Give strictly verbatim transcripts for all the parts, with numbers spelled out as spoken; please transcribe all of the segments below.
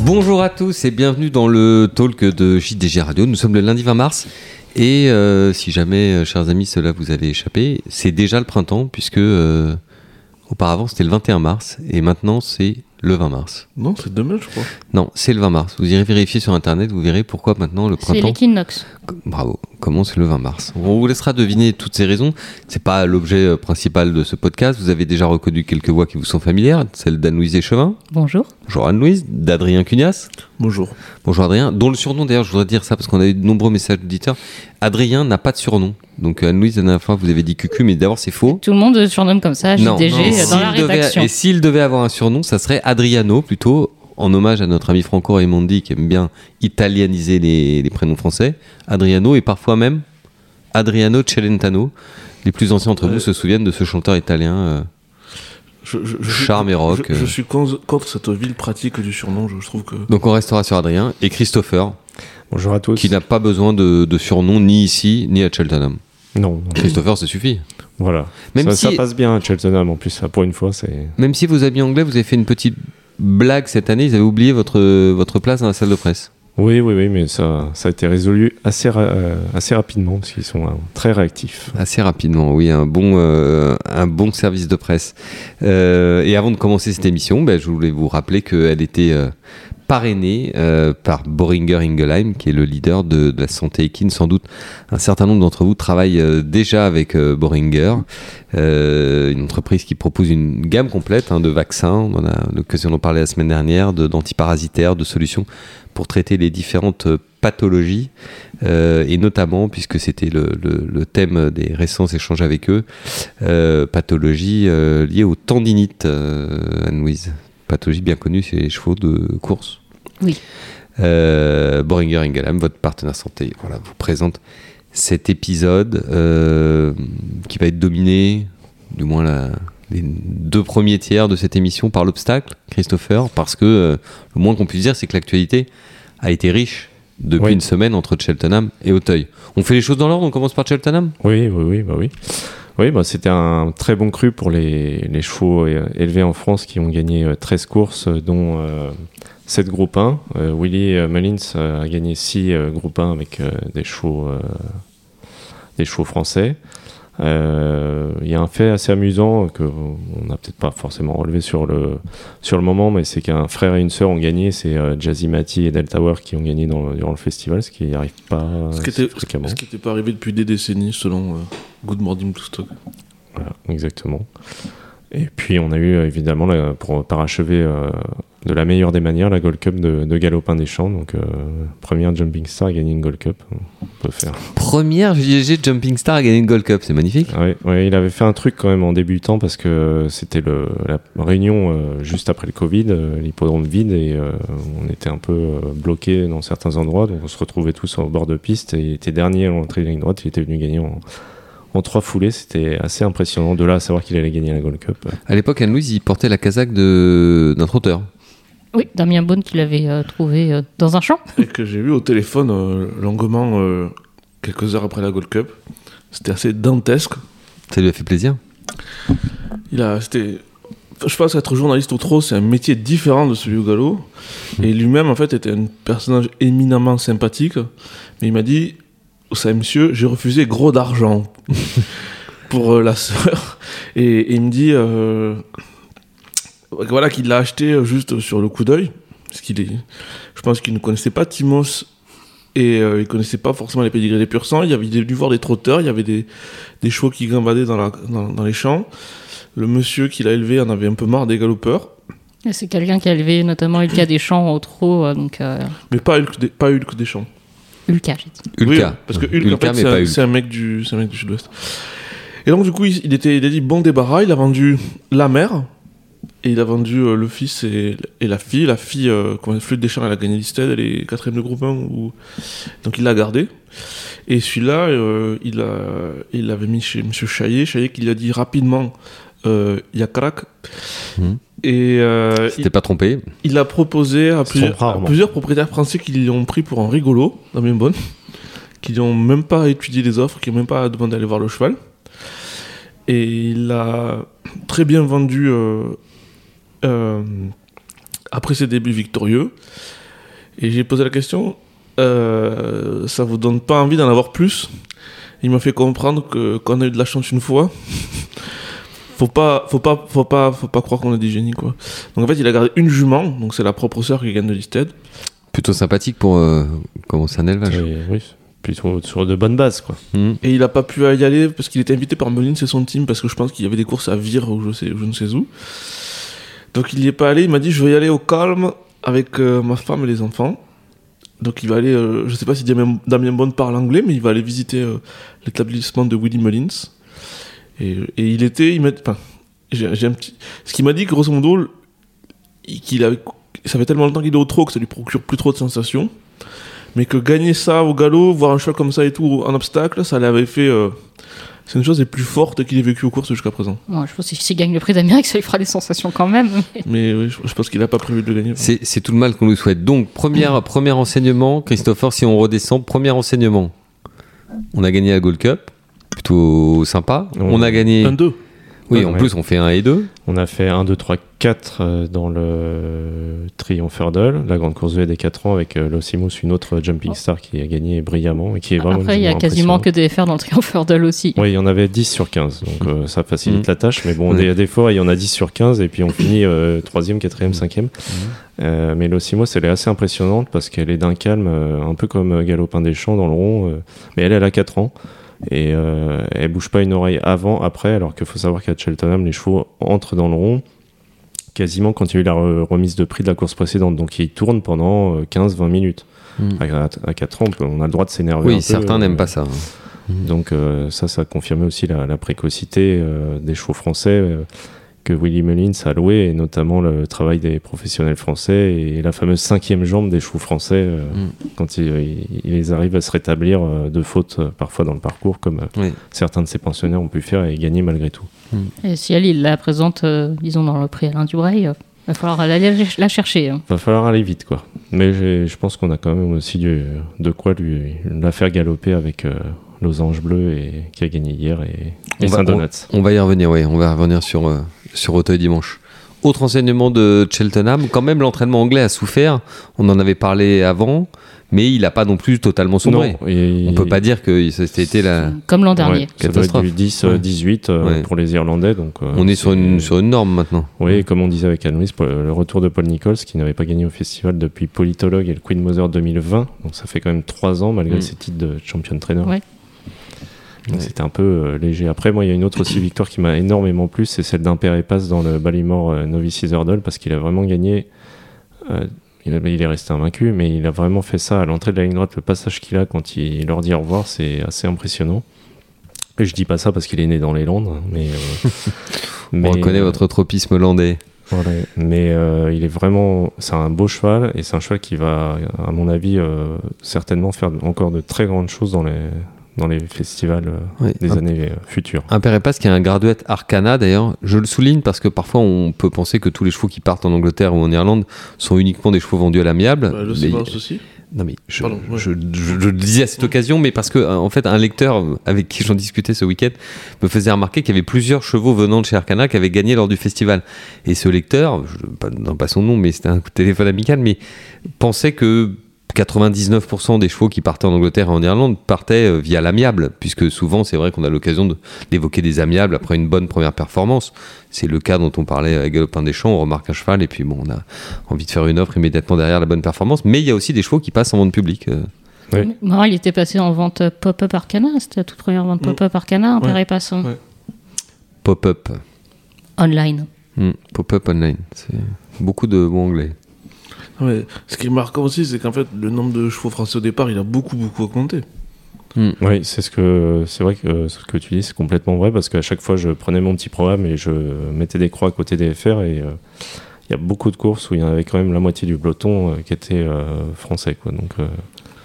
Bonjour à tous et bienvenue dans le talk de J D G Radio. Nous sommes le lundi vingt mars et euh, si jamais, chers amis, cela vous avait échappé, c'est déjà le printemps puisque euh, auparavant c'était le vingt et un mars et maintenant c'est le vingt mars. Non, c'est demain, je crois. Non, c'est le vingt mars. Vous irez vérifier sur internet, vous verrez pourquoi maintenant le printemps. C'est l'équinoxe. Bravo. Comment c'est le vingt mars. On vous laissera deviner toutes ces raisons. C'est pas l'objet principal de ce podcast. Vous avez déjà reconnu quelques voix qui vous sont familières, celle d'Anne-Louise Échevin. Bonjour. Bonjour Anne-Louise, d'Adrien Cugnas. Bonjour. Bonjour Adrien, dont le surnom d'ailleurs, je voudrais dire ça parce qu'on a eu de nombreux messages d'auditeurs. Adrien n'a pas de surnom. Donc Anne-Louise, la dernière fois, vous avez dit Cucu, mais d'abord c'est faux. Tout le monde le surnomme comme ça, J D G, non, dans la rédaction. Devait, et s'il devait avoir un surnom, ça serait Adriano plutôt, en hommage à notre ami Franco Raimondi qui aime bien italianiser les, les prénoms français. Adriano et parfois même Adriano Celentano. Les plus anciens d'entre ouais. vous se souviennent de ce chanteur italien euh, je, je, je charme suis, et rock. Je, je suis contre cette ville pratique du surnom, je trouve que... Donc on restera sur Adrien et Christopher. Bonjour à tous. Qui n'a pas besoin de, de surnom ni ici ni à Cheltenham. Non. non. Christopher, ça suffit. Voilà. Même ça, si, ça passe bien à Cheltenham en plus, ça, pour une fois. c'est. Même si vos amis anglais, vous avez fait une petite blague cette année, ils avaient oublié votre, votre place dans la salle de presse. Oui, oui, oui, mais ça, ça a été résolu assez, euh, assez rapidement parce qu'ils sont euh, très réactifs. Assez rapidement, oui, un bon, euh, un bon service de presse. Euh, et avant de commencer cette émission, ben, je voulais vous rappeler qu'elle était euh, parrainée euh, par Boehringer Ingelheim, qui est le leader de, de la santé équine. Sans doute, un certain nombre d'entre vous travaillent euh, déjà avec euh, Boehringer, euh, une entreprise qui propose une gamme complète hein, de vaccins. On a l'occasion d'en parler la semaine dernière, de, d'antiparasitaires, de solutions pour traiter les différentes pathologies, euh, et notamment, puisque c'était le, le, le thème des récents échanges avec eux, euh, pathologies euh, liées aux tendinites, euh, Anne-Louise. Pathologie bien connue, c'est les chevaux de course. Oui. Euh, Boehringer Ingelheim, votre partenaire santé, voilà, vous présente cet épisode euh, qui va être dominé, du moins la... les deux premiers tiers de cette émission par l'obstacle, Christopher, parce que euh, le moins qu'on puisse dire, c'est que l'actualité a été riche depuis oui. une semaine entre Cheltenham et Auteuil. On fait les choses dans l'ordre, on commence par Cheltenham ? Oui, oui, oui, bah oui. Oui, bah c'était un très bon cru pour les, les chevaux élevés en France qui ont gagné treize courses, dont euh, sept groupes un. Euh, Willy Mullins a gagné six euh, groupes un avec euh, des chevaux, euh, des chevaux français. Il euh, y a un fait assez amusant qu'on n'a peut-être pas forcément relevé sur le, sur le moment, mais c'est qu'un frère et une sœur ont gagné, c'est euh, Jazzy Matty et Del Tower qui ont gagné dans, durant le festival, ce qui n'arrive pas ce qui était, fréquemment. Ce qui n'était pas arrivé depuis des décennies, selon euh, Good Morning to Stock. Voilà, exactement. Et puis on a eu évidemment, là, pour parachever euh, de la meilleure des manières, la Gold Cup de, de Galopin des Champs. Donc, euh, première Jumping Star à gagner une Gold Cup. On peut faire. Première J D G Jumping Star à gagner une Gold Cup, c'est magnifique. Oui, ouais, il avait fait un truc quand même en débutant parce que c'était le, la réunion euh, juste après le Covid, euh, l'hippodrome vide et euh, on était un peu euh, bloqués dans certains endroits. Donc on se retrouvait tous au bord de piste et il était dernier à l'entrée de la ligne droite. Il était venu gagner en. En trois foulées, c'était assez impressionnant de là à savoir qu'il allait gagner la Gold Cup. À l'époque, Anne-Louise, il portait la casaque de... d'un trotteur. Oui, Damien Beaune qui l'avait euh, trouvé euh, dans un champ. Et que j'ai vu au téléphone euh, longuement euh, quelques heures après la Gold Cup. C'était assez dantesque. Ça lui a fait plaisir. Il a, c'était... Je pense qu'être journaliste au trot, c'est un métier différent de celui au galop. Mmh. Et lui-même, en fait, était un personnage éminemment sympathique. Mais il m'a dit... Ça, monsieur, j'ai refusé gros d'argent pour euh, la sœur. Et, et il me dit euh, voilà, qu'il l'a acheté juste sur le coup d'œil. Parce qu'il est, je pense qu'il ne connaissait pas Timos et euh, il ne connaissait pas forcément les pédigrés des pur sang. Il avait dû voir des trotteurs, il y avait des, des chevaux qui gambadaient dans, la, dans, dans les champs. Le monsieur qui l'a élevé en avait un peu marre des galopeurs. Et c'est quelqu'un qui a élevé notamment Ulka Deschamps au trot. Donc, euh... Mais pas Hulk, pas Hulk Deschamps. Ulka, j'ai dit. Ulka. Oui, parce que Hulk, Ulka, en fait, c'est, un, c'est, un mec du, c'est un mec du sud-ouest. Et donc, du coup, il, il, était, il a dit bon débarras, il a vendu la mère, et il a vendu euh, le fils et, et la fille. La fille, euh, comme Flûte des Champs, elle a gagné l'Isted, elle est quatrième de groupe un, ou... donc il l'a gardé. Et celui-là, euh, il, a, il l'avait mis chez M. Chaillet, Chaillet qui lui a dit rapidement euh, Yakrak. Mmh. Et euh, C'était il, pas trompé. Il a proposé à plusieurs, à plusieurs propriétaires français qui l'ont pris pour un rigolo, Damien Beaune, qui n'ont même pas étudié les offres, qui n'ont même pas demandé d'aller voir le cheval. Et il a très bien vendu euh, euh, après ses débuts victorieux. Et j'ai posé la question, euh, ça vous donne pas envie d'en avoir plus? Il m'a fait comprendre que quand on a eu de la chance une fois, faut pas, faut pas, faut pas, faut pas croire qu'on a des génies, quoi. Donc en fait, il a gardé une jument, donc c'est la propre sœur qui gagne de Listed. Plutôt sympathique pour euh, commencer un élevage. Et, oui, plutôt sur de bonnes bases, quoi. Mmh. Et il a pas pu y aller parce qu'il était invité par Mullins et son team, parce que je pense qu'il y avait des courses à Vire ou je sais, je ne sais où. Donc il y est pas allé, il m'a dit je vais y aller au calme avec euh, ma femme et les enfants. Donc il va aller, euh, je sais pas si Damien, Damien Bond parle anglais, mais il va aller visiter euh, l'établissement de Willie Mullins. Et, et il était, il m'a, enfin, j'ai, j'ai un petit, ce qu'il m'a dit, grosso modo, qu'il avait, ça fait tellement longtemps qu'il est au trot que ça lui procure plus trop de sensations, mais que gagner ça au galop, voir un cheval comme ça et tout en obstacle, ça l'avait fait. Euh, c'est une chose des plus fortes qu'il ait vécues aux courses jusqu'à présent. Bon, je pense que s'il gagne le prix d'Amérique, ça lui fera des sensations quand même. Mais oui, je, je pense qu'il n'a pas prévu de le gagner. C'est, c'est tout le mal qu'on lui souhaite. Donc, première, premier enseignement, Christopher, si on redescend, premier enseignement. On a gagné la Gold Cup, plutôt sympa. On, on a gagné. un deux. Oui, Ouais, en ouais. plus, on fait un et deux. On a fait un, deux, trois, quatre dans le Triomphe Hurdle, la grande course de des quatre ans avec euh, Lossimus, une autre Jumping Star qui a gagné brillamment et qui est vraiment. Après, il y a quasiment que des F R dans le Triomphe Hurdle aussi. Oui, il y en avait dix sur quinze, donc euh, ça facilite Mmh. la tâche. Mais bon, Ouais. des, des fois, il y en a dix sur quinze et puis on finit euh, troisième, quatrième, cinquième. Euh, mais Lossimus, elle est assez impressionnante parce qu'elle est d'un calme, euh, un peu comme euh, Galopin des Champs dans le rond. euh, mais elle, elle a quatre ans. Et euh, elle bouge pas une oreille avant, après, alors qu'il faut savoir qu'à Cheltenham, les chevaux entrent dans le rond quasiment quand il y a eu la re- remise de prix de la course précédente. Donc ils tournent pendant euh, quinze vingt minutes. Mm. À, à quatre ans, on, peut- on a le droit de s'énerver. un Oui, peu, certains euh, n'aiment pas ça. Donc euh, ça, ça a confirmé aussi la, la précocité euh, des chevaux français euh, que Willie Mullins a loué, et notamment le travail des professionnels français et la fameuse cinquième jambe des chevaux français euh, Mm. quand ils, ils, ils arrivent à se rétablir euh, de fautes euh, parfois dans le parcours, comme euh, Oui. certains de ces pensionnaires ont pu faire et gagner malgré tout. Et si elle, il la présente, euh, disons, dans le prix Alain Dubreuil, il va falloir aller la chercher. hein. Va falloir aller vite, quoi. Mais j'ai- je pense qu'on a quand même aussi du, de quoi lui la faire galoper avec euh, Losange Bleu et qui a gagné hier et, On et va- Saint-Donat. On va y revenir, oui. On va revenir sur, euh, sur Auteuil dimanche. Autre enseignement de Cheltenham, quand même l'entraînement anglais a souffert. On en avait parlé avant, mais il n'a pas non plus totalement sombré. Non, et- On peut pas dire que c'était la. Comme l'an dernier. Ouais, ça doit être Catastrophe. du dix Ouais. dix-huit euh, Ouais. pour les Irlandais. Donc, euh, On est sur c'est- une, sur une norme maintenant. Oui, comme on disait avec Anne-Louise, Paul- le retour de Paul Nichols, qui n'avait pas gagné au festival depuis Politologue et le Queen Mother deux mille vingt. Donc ça fait quand même trois ans, malgré Mm. ses titres de champion trainer. Ouais. Donc Ouais. c'était un peu euh, léger. Après, moi, il y a une autre aussi victoire qui m'a énormément plu, c'est celle d'Impair et Passe dans le Ballymore euh, Novices Hurdle, parce qu'il a vraiment gagné. euh, il, a- il est resté invaincu, mais il a vraiment fait ça à l'entrée de la ligne droite. Le passage qu'il a quand il leur dit au revoir, c'est assez impressionnant. Et je dis pas ça parce qu'il est né dans les Landes, mais. euh, mais, On reconnaît euh, votre tropisme landais. voilà. Mais euh, il est vraiment, c'est un beau cheval et c'est un cheval qui va, à mon avis, euh, certainement faire encore de très grandes choses dans les dans les festivals euh, Oui. des Un- années euh, futures. Un père et passe qui a un graduate Arcana d'ailleurs. Je le souligne parce que parfois on peut penser que tous les chevaux qui partent en Angleterre ou en Irlande sont uniquement des chevaux vendus à l'amiable. Bah, le Mais- Sévance aussi. Non mais je, Pardon, ouais. je, je- je le disais à cette occasion, mais parce que euh, en fait un lecteur avec qui j'en discutais ce week-end me faisait remarquer qu'il y avait plusieurs chevaux venant de chez Arcana qui avaient gagné lors du festival. Et ce lecteur, je pas, non pas son nom, mais c'était un coup de téléphone amical, mais pensait que quatre-vingt-dix-neuf pour cent des chevaux qui partaient en Angleterre et en Irlande partaient euh, via l'amiable, puisque souvent c'est vrai qu'on a l'occasion de- d'évoquer des amiables après une bonne première performance. C'est le cas dont on parlait à Galopin des Champs, on remarque un cheval et puis bon, on a envie de faire une offre immédiatement derrière la bonne performance. Mais il y a aussi des chevaux qui passent en vente publique. euh. Oui. Moi, il était passé en vente pop-up Arcana. C'était la toute première vente pop-up Arcana, un Ouais. père et passe hein. Ouais. Pop-up. online. Hmm, Pop-up online. C'est beaucoup de mots anglais. Ouais. Ce qui est marquant aussi, c'est qu'en fait, le nombre de chevaux français au départ, il a beaucoup, beaucoup augmenté. Oui, c'est ce que c'est vrai que euh, ce que tu dis, c'est complètement vrai parce qu'à chaque fois, je prenais mon petit programme et je mettais des croix à côté des F R et euh, il y a beaucoup de courses où il y en avait quand même la moitié du peloton euh, qui était euh, français, quoi. Donc euh,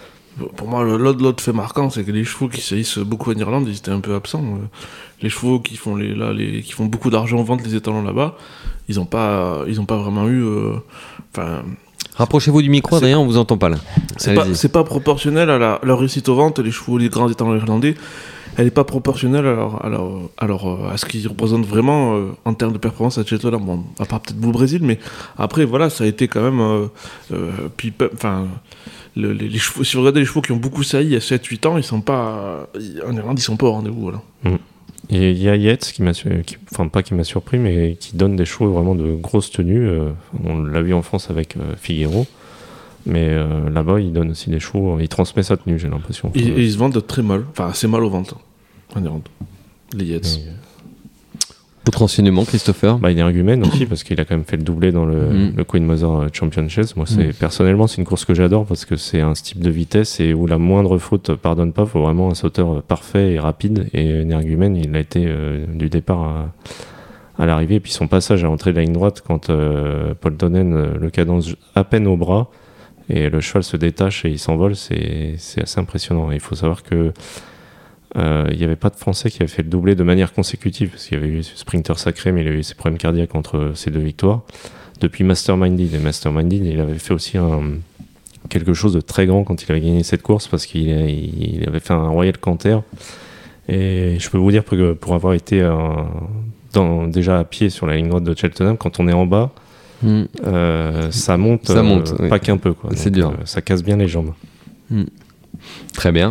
Pour moi, le- l'autre, l'autre fait marquant, c'est que les chevaux qui séissent beaucoup en Irlande, ils étaient un peu absents. Euh, Les chevaux qui font, les, là, les, qui font beaucoup d'argent en vente, les étalons là-bas, ils n'ont pas, ils ont pas vraiment eu. Enfin, Rapprochez-vous du micro, C'est- Adrien, on vous entend pas là. c'est pas, Allez-y. c'est pas proportionnel à la, leur réussite aux ventes. Les chevaux, les grands étalons irlandais, elle n'est pas proportionnelle alors, alors, alors, à ce qu'il représente vraiment euh, en termes de performance à Cheltenham. Bon, à part peut-être vous le Brésil, mais après, voilà, ça a été quand même. Euh, euh, puis, enfin, le, les, les chevaux, si vous regardez les chevaux qui ont beaucoup sailli il y a sept huit ans, ils sont pas. En Irlande, ils sont pas au rendez-vous. Voilà. Mm. Et il y a Yates, qui m'a, qui, enfin pas qui m'a surpris, mais qui donne des chevaux vraiment de grosses tenues. Euh, on l'a vu en France avec euh, Figueroa. Mais euh, là-bas, il donne aussi des chevaux, il transmet sa tenue, j'ai l'impression. Et, et ils se vendent très mal, enfin assez mal aux ventes en Irlande, les Yates. Et, Autre enseignement, Christopher? Bah, il est argument aussi parce qu'il a quand même fait le doublé dans le, mm. le Queen Mother Championship. Moi, c'est, mm. personnellement, c'est une course que j'adore parce que c'est un type de vitesse et où la moindre faute pardonne pas. Il faut vraiment un sauteur parfait et rapide. Et Energumen, il a été euh, du départ à, à l'arrivée. Et puis son passage à l'entrée de la ligne droite, quand euh, Paul Tonnen euh, le cadence à peine au bras et le cheval se détache et il s'envole, c'est, c'est assez impressionnant. Et il faut savoir que Euh, il n'y avait pas de Français qui avait fait le doublé de manière consécutive, parce qu'il y avait eu ce Sprinter sacré, mais il a eu ses problèmes cardiaques entre ces deux victoires. Depuis Masterminded, et Masterminded, il avait fait aussi un, quelque chose de très grand quand il avait gagné cette course, parce qu'il a, il avait fait un Royal Canter. Et je peux vous dire que pour avoir été euh, dans, déjà à pied sur la ligne droite de Cheltenham, quand on est en bas, mm. euh, ça monte, ça monte euh, oui. pas qu'un peu. Quoi. C'est Donc, dur. Euh, ça casse bien les jambes. Mm. Très bien.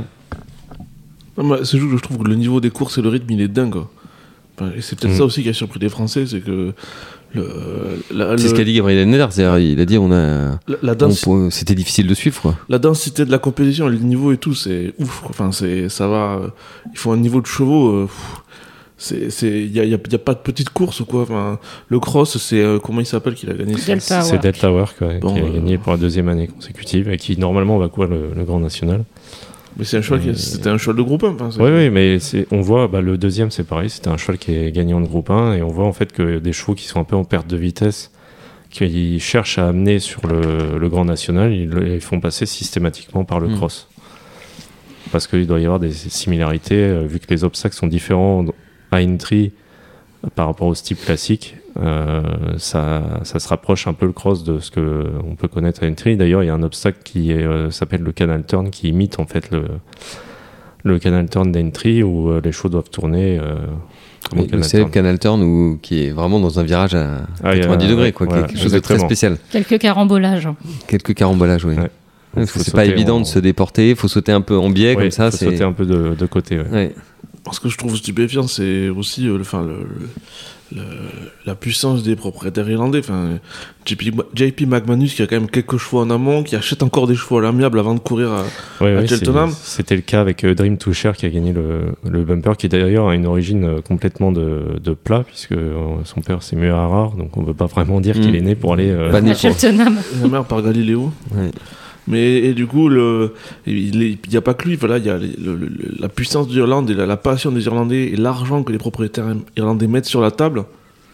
C'est juste que je trouve que le niveau des courses et le rythme, il est dingue. Enfin, et c'est peut-être mmh. ça aussi qui a surpris les Français, c'est que... Le, la, c'est le, ce qu'a dit Gabriel Henner, il a dit on a, la, la densi- on, c'était difficile de suivre. Quoi. La densité de la compétition, le niveau et tout, c'est ouf. Quoi. Enfin, c'est, ça va... Il faut un niveau de chevaux... Euh, c'est, c'est, il n'y a, y a, y a pas de petite course, quoi. Enfin, le cross, c'est... Euh, comment il s'appelle qu'il a gagné Delta C'est Delta Work, ouais, bon, qui a euh, gagné pour la deuxième année consécutive et qui, normalement, va courir le, le Grand National. Mais c'est un cheval qui, c'était un cheval de groupe un. Enfin, oui, oui, mais c'est, on voit, bah, le deuxième, c'est pareil, c'était un cheval qui est gagnant de groupe un, et on voit en fait que des chevaux qui sont un peu en perte de vitesse, qui cherchent à amener sur le, le Grand National, ils les font passer systématiquement par le mmh. cross. Parce qu'il doit y avoir des similarités, euh, vu que les obstacles sont différents à Aintree par rapport au style classique. Euh, ça, ça se rapproche un peu le cross de ce qu'on peut connaître à Aintree. D'ailleurs, il y a un obstacle qui est, euh, s'appelle le Canal Turn, qui imite en fait le, le Canal Turn d'Aintree, où euh, les chevaux doivent tourner. Euh, oui, le célèbre Canal Turn où, qui est vraiment dans un virage à ah, quatre-vingt-dix a, degrés, quoi, voilà, quelque chose de très spécial. Quelques carambolages. Quelques carambolages, oui. Ouais. Parce que c'est pas évident en... de se déporter, il faut sauter un peu en biais, ouais, comme ça. Il faut c'est... sauter un peu de, de côté. Ouais. Ouais. Ce que je trouve stupéfiant, c'est aussi euh, le, le, le, la puissance des propriétaires irlandais. Enfin, J P, J P McManus qui a quand même quelques chevaux en amont, qui achète encore des chevaux à l'amiable avant de courir à, ouais, à ouais, Cheltenham. C'est, c'était le cas avec euh, Dream to Share qui a gagné le, le bumper, qui d'ailleurs a une origine euh, complètement de, de plat, puisque euh, son père c'est Muir Harrar, donc on ne peut pas vraiment dire mmh. qu'il est né pour aller euh, à Cheltenham. La mère par Galiléo. Ouais. Mais et du coup, le, il n'y a pas que lui, voilà, il y a le, le, la puissance d'Irlande et la, la passion des Irlandais et l'argent que les propriétaires irlandais mettent sur la table.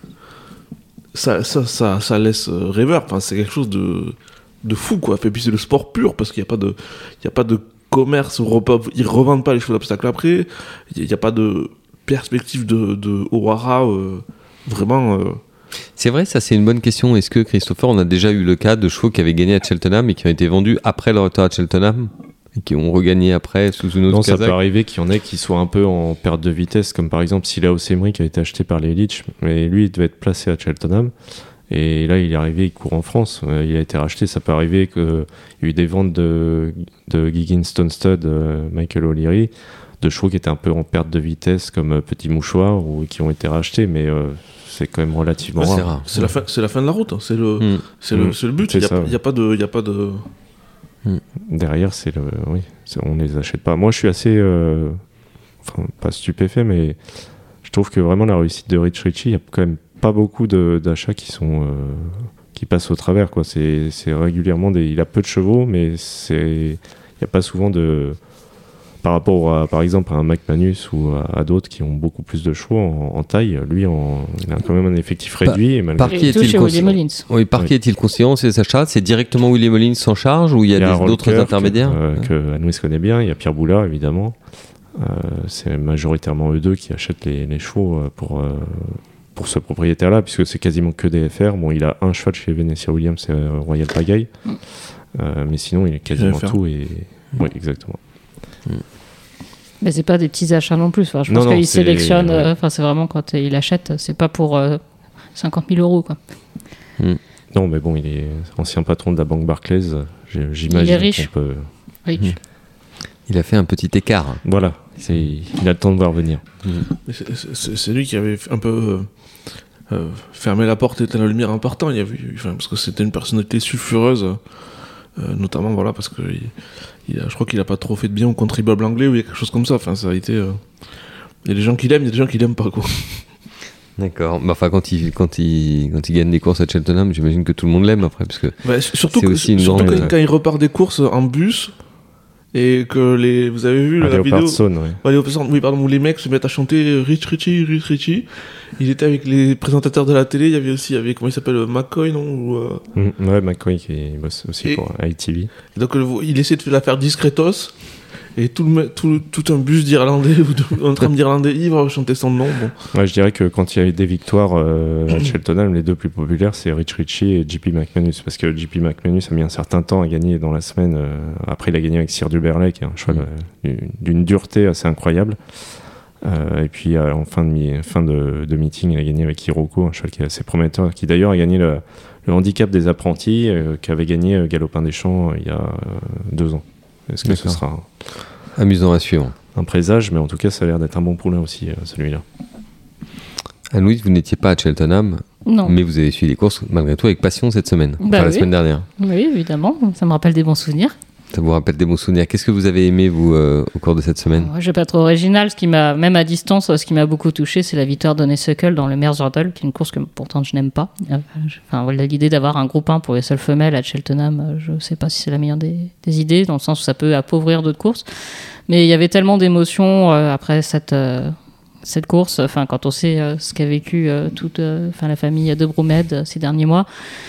Ça, ça, ça, ça laisse rêveur. Enfin, c'est quelque chose de, de fou, quoi. Et puis c'est le sport pur parce qu'il n'y a pas de, il y a pas de commerce. Ils ne revendent pas les chevaux d'obstacle après. Il n'y a pas de perspective de, de O'Hara, euh, vraiment. Euh, C'est vrai, ça c'est une bonne question. Est-ce que, Christopher, on a déjà eu le cas de chevaux qui avaient gagné à Cheltenham et qui ont été vendus après leur retour à Cheltenham et qui ont regagné après sous une autre Non, casaque? Ça peut arriver qu'il y en ait qui soient un peu en perte de vitesse, comme par exemple Silao Semri qui a été acheté par les Leach, mais lui il devait être placé à Cheltenham. Et là, il est arrivé, il court en France. Euh, il a été racheté. Ça peut arriver qu'il y a eu des ventes de, de Giggins Stonestead, euh, Michael O'Leary, de chevaux qui étaient un peu en perte de vitesse, comme euh, Petit Mouchoir, ou qui ont été rachetés, mais euh, c'est quand même relativement ouais, rare. C'est, rare. C'est, la fin, c'est la fin de la route. C'est le, mmh. c'est le, c'est le but. Il n'y a, ouais. a pas de... Y a pas de... Mmh. Derrière, c'est le, oui, c'est, on ne les achète pas. Moi, je suis assez... Euh, enfin, pas stupéfait, mais je trouve que vraiment la réussite de Rich Ricci, il y a quand même pas beaucoup de, d'achats qui sont... Euh, qui passent au travers, quoi. C'est, c'est régulièrement des... Il a peu de chevaux, mais c'est... il n'y a pas souvent de... Par rapport à, par exemple, à un McManus ou à, à d'autres qui ont beaucoup plus de chevaux en, en taille, lui, en, il a quand même un effectif réduit. Par, et par qui est-il conseillé Oui, par oui. qui est-il conseillé ces achats? C'est directement William Mullins s'en charge ou il y a, il y a des, d'autres intermédiaires que, euh, que Anouis connaît bien. Il y a Pierre Boulard, évidemment. Euh, c'est majoritairement eux deux qui achètent les, les chevaux pour, euh, pour ce propriétaire-là, puisque c'est quasiment que des F R. Bon, il a un cheval chez Venetia Williams, c'est euh, Royal Pagaille. Mm. Euh, mais sinon, il est quasiment tout. Et... Mm. Oui, exactement. Mais c'est pas des petits achats non plus. Enfin, je Non, pense non, qu'il c'est- sélectionne. ouais. euh, Enfin, c'est vraiment quand il achète, c'est pas pour euh, cinquante mille euros, quoi. Non, mais bon, il est ancien patron de la banque Barclays. j'ai- J'imagine Il est riche. qu'on peut... Oui. Mmh. Il a fait un petit écart. Voilà, c'est... il a le temps de voir venir. Mais c'est- c'est c'est lui qui avait un peu euh, euh, fermé la porte et éteint la lumière en partant. Il y avait, enfin, parce que c'était une personnalité sulfureuse, euh, notamment voilà, parce que il, il a, je crois qu'il a pas trop fait de bien au contribuable anglais ou il y a quelque chose comme ça. Enfin, ça a été. euh, Il y a des gens qui l'aiment, il y a des gens qui l'aiment pas, quoi. D'accord. Mais enfin, quand il, quand, il, quand il gagne des courses à Cheltenham, j'imagine que tout le monde l'aime après. Parce que Bah, surtout C'est que- aussi une surtout grande- quand, quand il repart des courses en bus et que les. Vous avez vu Ah, la vidéo. Leopard Zone, ouais. Ouais, Léopard, oui, pardon, où les mecs se mettent à chanter Rich Richie, Rich Richie. Il était avec les présentateurs de la télé. Il y avait aussi, avec, comment il s'appelle, McCoy, non ou, euh, Mm, ouais, McCoy qui bosse aussi Et- pour I T V. Et donc euh, il essaie de la faire discretos. Et tout, le, me- tout, tout un bus d'Irlandais ou de- en train d'Irlandais ivres chanter son nom. Bon. Ouais, je dirais que quand il y a eu des victoires euh, à Cheltenham, les deux plus populaires, c'est Rich Richie et J P McManus. Parce que J P McManus a mis un certain temps à gagner dans la semaine. euh, après, il a gagné avec Sir Duberlet, qui est un cheval Mm. euh, d'une dureté assez incroyable. Euh, et puis, euh, en fin de, mi- fin de, de meeting, il a gagné avec Hiroko, un cheval qui est assez prometteur, qui d'ailleurs a gagné le, le handicap des apprentis, euh, qu'avait gagné euh, Galopin des Champs euh, il y a euh, deux ans. Est-ce que ce D'accord. sera amusant à suivre. un, un présage? Mais en tout cas, ça a l'air d'être un bon poulain aussi, euh, celui-là. Anne-Louise, vous n'étiez pas à Cheltenham, Non. mais vous avez suivi les courses malgré tout avec passion cette semaine. Bah enfin, la oui. semaine dernière. Oui, évidemment. Ça me rappelle des bons souvenirs. Ça vous rappelle des bons souvenirs. Qu'est-ce que vous avez aimé, vous, euh, au cours de cette semaine? Moi, je vais pas être original. Ce qui m'a, même à distance, ce qui m'a beaucoup touché, c'est la victoire d'Honeysuckle dans le Merseyrail, qui est une course que pourtant je n'aime pas. Euh, je- Enfin, voilà, l'idée d'avoir un groupe un pour les seules femelles à Cheltenham, euh, je sais pas si c'est la meilleure des, des idées, dans le sens où ça peut appauvrir d'autres courses. Mais il y avait tellement d'émotions euh, après cette, euh, cette course. Enfin, quand on sait euh, ce qu'a vécu euh, toute, euh, enfin, la famille de Bromhead euh, ces derniers mois,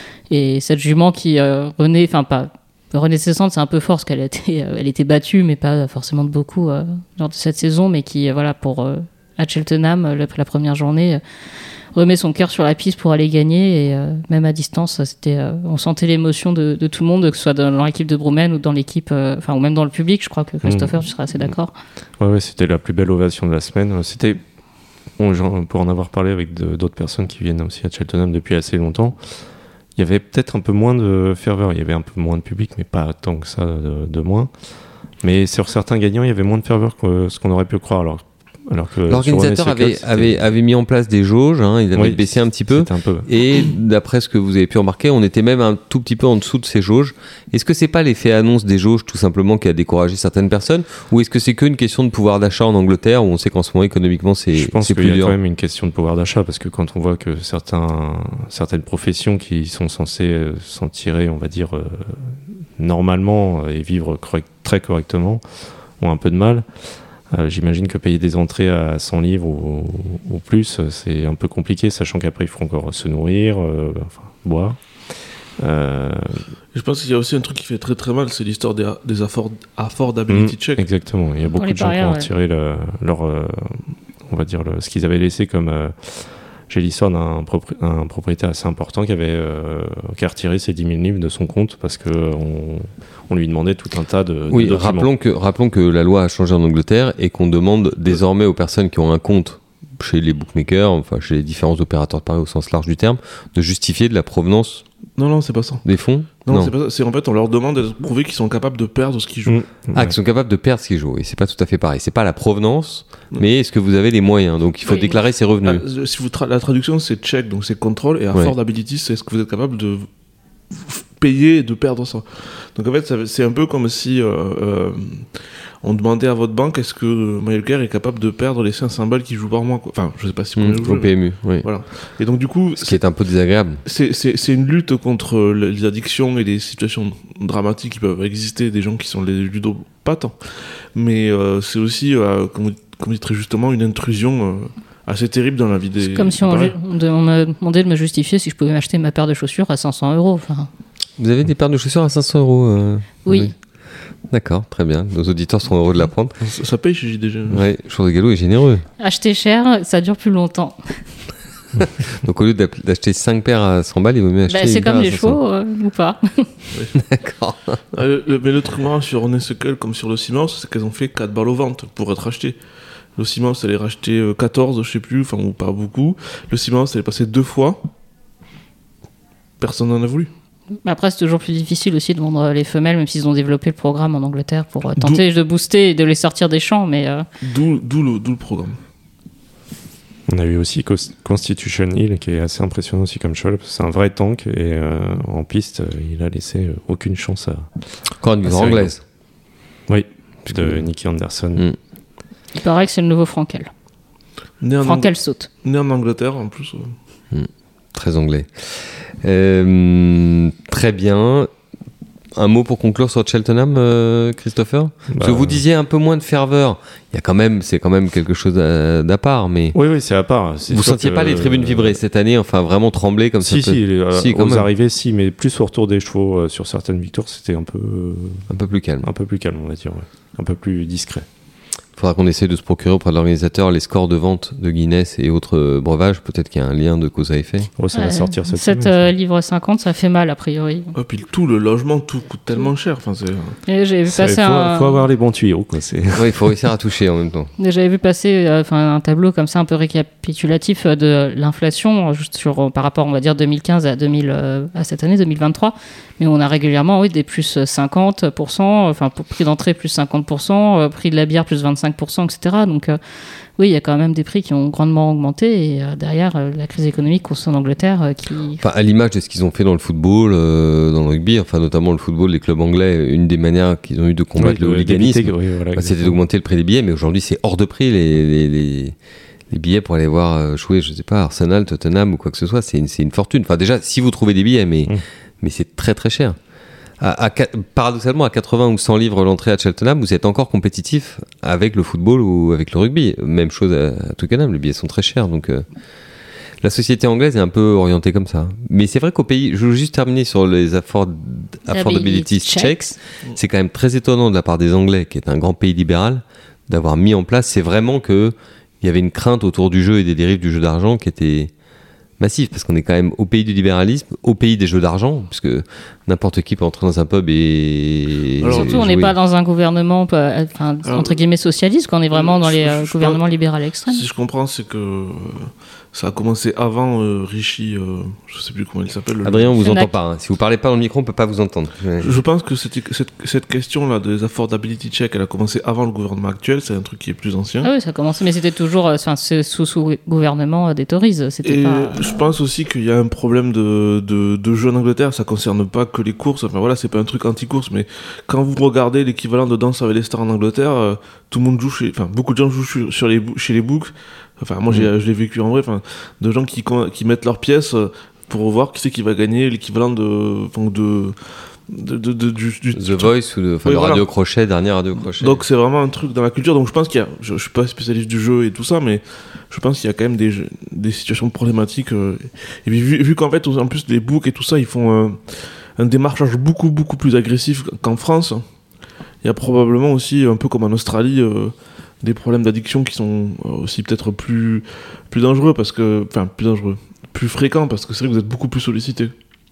et cette jument qui euh, renaît, enfin pas. Renaissance, c'est un peu fort parce qu'elle a été, euh, elle était battue, mais pas forcément de beaucoup euh, lors de cette saison, mais qui, euh, voilà, pour euh, à Cheltenham, euh, la, la première journée, euh, remet son cœur sur la piste pour aller gagner, et euh, même à distance, c'était, euh, on sentait l'émotion de, de tout le monde, que ce soit dans, dans l'équipe de Broomen ou dans l'équipe, euh, enfin, ou même dans le public. Je crois que Christopher, Mmh. tu seras assez d'accord. Ouais, ouais, c'était la plus belle ovation de la semaine. C'était, bon, genre, pour en avoir parlé avec de- d'autres personnes qui viennent aussi à Cheltenham depuis assez longtemps, il y avait peut-être un peu moins de ferveur. Il y avait un peu moins de public, mais pas tant que ça de, de moins. Mais sur certains gagnants, il y avait moins de ferveur que ce qu'on aurait pu croire. Alors, alors que L'organisateur sur avait, Honeysuckle, c'était- avait, avait mis en place des jauges, hein, il avait Oui, baissé un petit peu. c'était un peu. Et d'après ce que vous avez pu remarquer, on était même un tout petit peu en dessous de ces jauges. Est-ce que c'est pas l'effet annonce des jauges tout simplement qui a découragé certaines personnes, ou est-ce que c'est qu'une question de pouvoir d'achat en Angleterre où on sait qu'en ce moment économiquement c'est Je pense c'est qu'il plus y a dur? quand même une question de pouvoir d'achat, parce que quand on voit que certains, certaines professions qui sont censées euh, s'en tirer, on va dire, euh, normalement euh, et vivre correct- très correctement, ont un peu de mal. Euh, j'imagine que payer des entrées à cent livres ou, ou plus, euh, c'est un peu compliqué, sachant qu'après il faut encore se nourrir, euh, enfin, boire. Euh, Et je pense qu'il y a aussi un truc qui fait très très mal, c'est l'histoire des, des afford, affordability mm, checks. Exactement. Il y a beaucoup les de gens parieurs, qui ont ouais. retiré le- leur, euh, on va dire le- ce qu'ils avaient laissé comme. Euh, j'ai l'histoire d'un propri- un propriétaire assez important qui avait euh, qui a retiré ses dix mille livres de son compte parce que on, on lui demandait tout un tas de, de Oui, documents. rappelons que, rappelons que la loi a changé en Angleterre et qu'on demande désormais aux personnes qui ont un compte chez les bookmakers, enfin chez les différents opérateurs de paris au sens large du terme, de justifier de la provenance Non, non, c'est pas ça. des fonds. Non, c'est pas ça. C'est en fait, on leur demande de prouver qu'ils sont capables de perdre ce qu'ils jouent. Mm, Ah, ouais. qui sont capables de perdre ce qu'ils jouent. Et c'est pas tout à fait pareil. C'est pas la provenance, Non. mais est-ce que vous avez les moyens? Donc il faut Oui. déclarer ses revenus. Ah, si vous tra- la traduction, c'est check, donc c'est contrôle, et Ouais. affordability, c'est est-ce que vous êtes capable de f- payer et de perdre ça. Donc en fait, ça- c'est un peu comme si euh, euh, on demandait à votre banque est-ce que euh, Mailker est capable de perdre les cinq cents balles qu'il joue par mois, quoi. Enfin, je sais pas si vous Mmh, pouvez au jouer, P M U, oui. mais voilà. Et donc du coup, Ce qui est un peu désagréable. c'est, c'est, c'est une lutte contre euh, les addictions et les situations dramatiques qui peuvent exister des gens qui sont les ludopathes, mais euh, c'est aussi, euh, comme, vous- comme vous dites très justement, une intrusion euh, assez terrible dans la vie des... C'est comme si on, pareil. on de- on me demandait de me justifier si je pouvais m'acheter ma paire de chaussures à cinq cents euros. Enfin, Vous avez des paires de chaussures à cinq cents euros euh, oui. D'accord, très bien. Nos auditeurs seront heureux de l'apprendre. Ça, ça paye chez J D G. Ouais, Chour de Gallo est généreux. Acheter cher, ça dure plus longtemps. Donc au lieu d'acheter cinq paires à cent balles, il vaut mieux acheter bah, c'est une comme paire les à cinq cents. chevaux euh, ou pas. D'accord. Ah, le, le- mais le truc marrant sur Honeysuckle comme sur le Siemens, c'est qu'elles ont fait quatre balles aux ventes pour être achetées. Le Siemens, elle est racheté euh, quatorze, je sais plus, enfin, ou pas beaucoup. Le Siemens, elle est passée deux fois. Personne n'en a voulu. Après, c'est toujours plus difficile aussi de vendre les femelles, même s'ils ont développé le programme en Angleterre pour euh, tenter de booster et de les sortir des champs. Mais euh, D'où, d'où, le, d'où le programme. On a eu aussi Cos- Constitution Hill qui est assez impressionnant aussi comme cheval parce que c'est un vrai tank et euh, en piste euh, il a laissé euh, aucune chance à. Encore une Ah, victoire c'est anglaise. Oui, de Nicky Anderson. Mm. il paraît que c'est le nouveau Frankel. Né en, Frankel saute. Ang- né en Angleterre, en plus. euh. Très anglais. Euh, très bien. Un mot pour conclure sur Cheltenham, euh, Christopher. Parce Bah, que vous disiez un peu moins de ferveur. Il y a quand même, c'est quand même quelque chose à- d'à part, mais Oui, oui, c'est à part. C'est vous sûr sentiez que, pas les tribunes euh, vibrer cette année, enfin vraiment trembler comme Si, ça. peut- si, les- euh, Si, quand aux même. arrivées, si, mais plus au retour des chevaux euh, sur certaines victoires, c'était un peu, euh, Un peu plus calme. un peu plus calme, on va dire, ouais. Un peu plus discret. Il faudra qu'on essaie de se procurer auprès de l'organisateur les scores de vente de Guinness et autres euh, breuvages. Peut-être qu'il y a un lien de cause à effet. Oh, ça va Ouais, sortir cette sept, semaine. euh, livres cinquante, ça fait mal a priori. Et puis tout, le logement, tout coûte tellement cher. Enfin, c'est... Et j'ai vu Ça, passer il faut, un. faut avoir les bons tuyaux, quoi. C'est... Ouais, il faut réussir à toucher en même temps. J'avais vu passer euh, enfin, un tableau comme ça un peu récapitulatif euh, de l'inflation euh, juste sur, euh, par rapport on va dire deux mille quinze à, deux mille, euh, à cette année deux mille vingt-trois, mais on a régulièrement oui, des plus cinquante pour cent, enfin pour prix d'entrée plus cinquante pour cent, euh, prix de la bière plus vingt-cinq pour cent, et cetera. Donc euh, oui, il y a quand même des prix qui ont grandement augmenté et euh, derrière euh, la crise économique au sein d'Angleterre euh, qui... Enfin, à l'image de ce qu'ils ont fait dans le football, euh, dans le rugby, enfin notamment le football, les clubs anglais, une des manières qu'ils ont eu de combattre Oui, le de- hooliganisme, d'éviter, oui, voilà, bah, c'était exactement. d'augmenter le prix des billets, mais aujourd'hui c'est hors de prix les, les, les, les billets pour aller voir euh, jouer, je sais pas, Arsenal, Tottenham ou quoi que ce soit, c'est une, c'est une fortune. Enfin déjà, si vous trouvez des billets, mais, Mm. mais c'est très très cher. À, à, paradoxalement, à quatre-vingts ou cent livres l'entrée à Cheltenham, vous êtes encore compétitif avec le football ou avec le rugby. Même chose à, à Twickenham, les billets sont très chers. Donc, euh, la société anglaise est un peu orientée comme ça. Mais c'est vrai qu'au pays, je veux juste terminer sur les afford, affordability checks. C'est quand même très étonnant de la part des Anglais, qui est un grand pays libéral, d'avoir mis en place. C'est vraiment que il y avait une crainte autour du jeu et des dérives du jeu d'argent qui était massif, parce qu'on est quand même au pays du libéralisme, au pays des jeux d'argent, puisque n'importe qui peut entrer dans un pub et... Alors, Surtout, on n'est jouer. pas dans un gouvernement, euh, enfin, Alors, entre guillemets, socialiste, qu'on est vraiment dans je- les je- euh, je gouvernements pense- libéraux extrêmes. Si je comprends, c'est que euh, ça a commencé avant euh, Rishi, euh, je sais plus comment il s'appelle. le- Adrien, on vous Sunak. entend pas. Hein. Si vous parlez pas dans le micro, on peut pas vous entendre. Ouais. Je pense que cette, cette, cette question-là des affordability check, elle a commencé avant le gouvernement actuel, c'est un truc qui est plus ancien. Ah oui, ça a commencé, mais c'était toujours euh, enfin, c'est sous, sous gouvernement euh, des Tories. C'était Et pas... je pense aussi qu'il y a un problème de, de, de jeu en Angleterre, ça concerne pas que les courses, enfin voilà, c'est pas un truc anti-course, mais quand vous regardez l'équivalent de Danse avec les stars en Angleterre, euh, tout le monde joue chez, enfin beaucoup de gens jouent sur, sur les, bou- chez les books, enfin moi j'ai, je l'ai vécu en vrai, enfin de gens qui, qui mettent leurs pièces euh, pour voir qui c'est qui va gagner l'équivalent de, enfin, de, de, de, de- du, du- The Voice ou de, enfin, Oui, le voilà. Radio Crochet, dernier Radio Crochet. Donc c'est vraiment un truc dans la culture. Donc je pense qu'il y a, je, je suis pas spécialiste du jeu et tout ça, mais je pense qu'il y a quand même des, jeux- des situations problématiques. euh, et puis vu, vu qu'en fait, en plus les books et tout ça, ils font un, un démarchage beaucoup beaucoup plus agressif qu'en France. Il y a probablement aussi, un peu comme en Australie, euh, des problèmes d'addiction qui sont euh, aussi peut-être plus plus dangereux parce que, enfin plus dangereux, plus fréquents parce que c'est vrai que vous êtes beaucoup plus sollicité.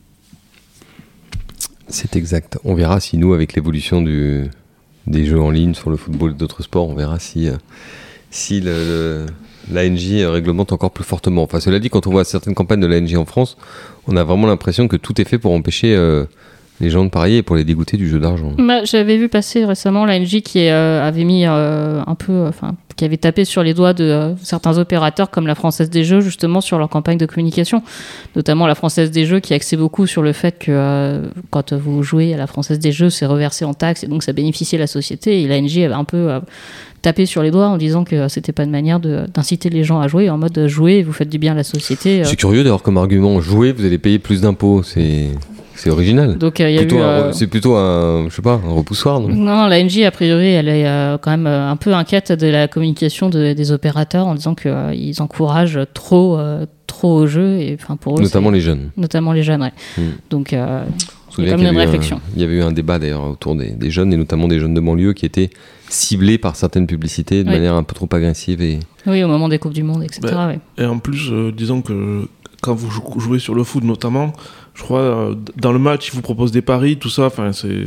C'est exact. On verra si nous, avec l'évolution du, des jeux en ligne sur le football et d'autres sports, on verra si, euh, si le, le- l'A N J réglemente encore plus fortement. Enfin, cela dit, quand on voit certaines campagnes de l'A N J en France, on a vraiment l'impression que tout est fait pour empêcher euh, les gens de parier et pour les dégoûter du jeu d'argent. Bah, j'avais vu passer récemment l'A N J qui euh, avait mis euh, un peu, enfin, qui avait tapé sur les doigts de euh, certains opérateurs comme la Française des Jeux justement sur leur campagne de communication, notamment la Française des Jeux qui axait beaucoup sur le fait que euh, quand vous jouez à la Française des Jeux, c'est reversé en taxes et donc ça bénéficiait à la société. Et l'A N J avait un peu euh, tapé sur les doigts en disant que euh, c'était pas une manière de, d'inciter les gens à jouer, en mode euh, jouez, vous faites du bien à la société. euh. C'est curieux d'avoir comme argument jouer, vous allez payer plus d'impôts. C'est, c'est original. Donc il y a Plutôt eu. un euh, re- C'est plutôt un, je sais pas, un repoussoir. Non Non, la N J, a priori, elle est euh, quand même euh, un peu inquiète de la communication de- des opérateurs en disant qu'ils encouragent trop, euh, trop au jeu, et, enfin, pour eux, Notamment c'est- les jeunes. notamment les jeunes. Ouais. Mm. Donc, euh, Il y a comme une réflexion. Un, il y avait eu un débat d'ailleurs autour des, des jeunes, et notamment des jeunes de banlieue, qui étaient ciblés par certaines publicités de oui. manière un peu trop agressive. Et... Oui, au moment des Coupes du Monde, et cetera. Ben, oui. Et en plus, euh, disons que quand vous jouez sur le foot notamment, je crois, euh, dans le match, ils vous proposent des paris, tout ça, enfin, c'est...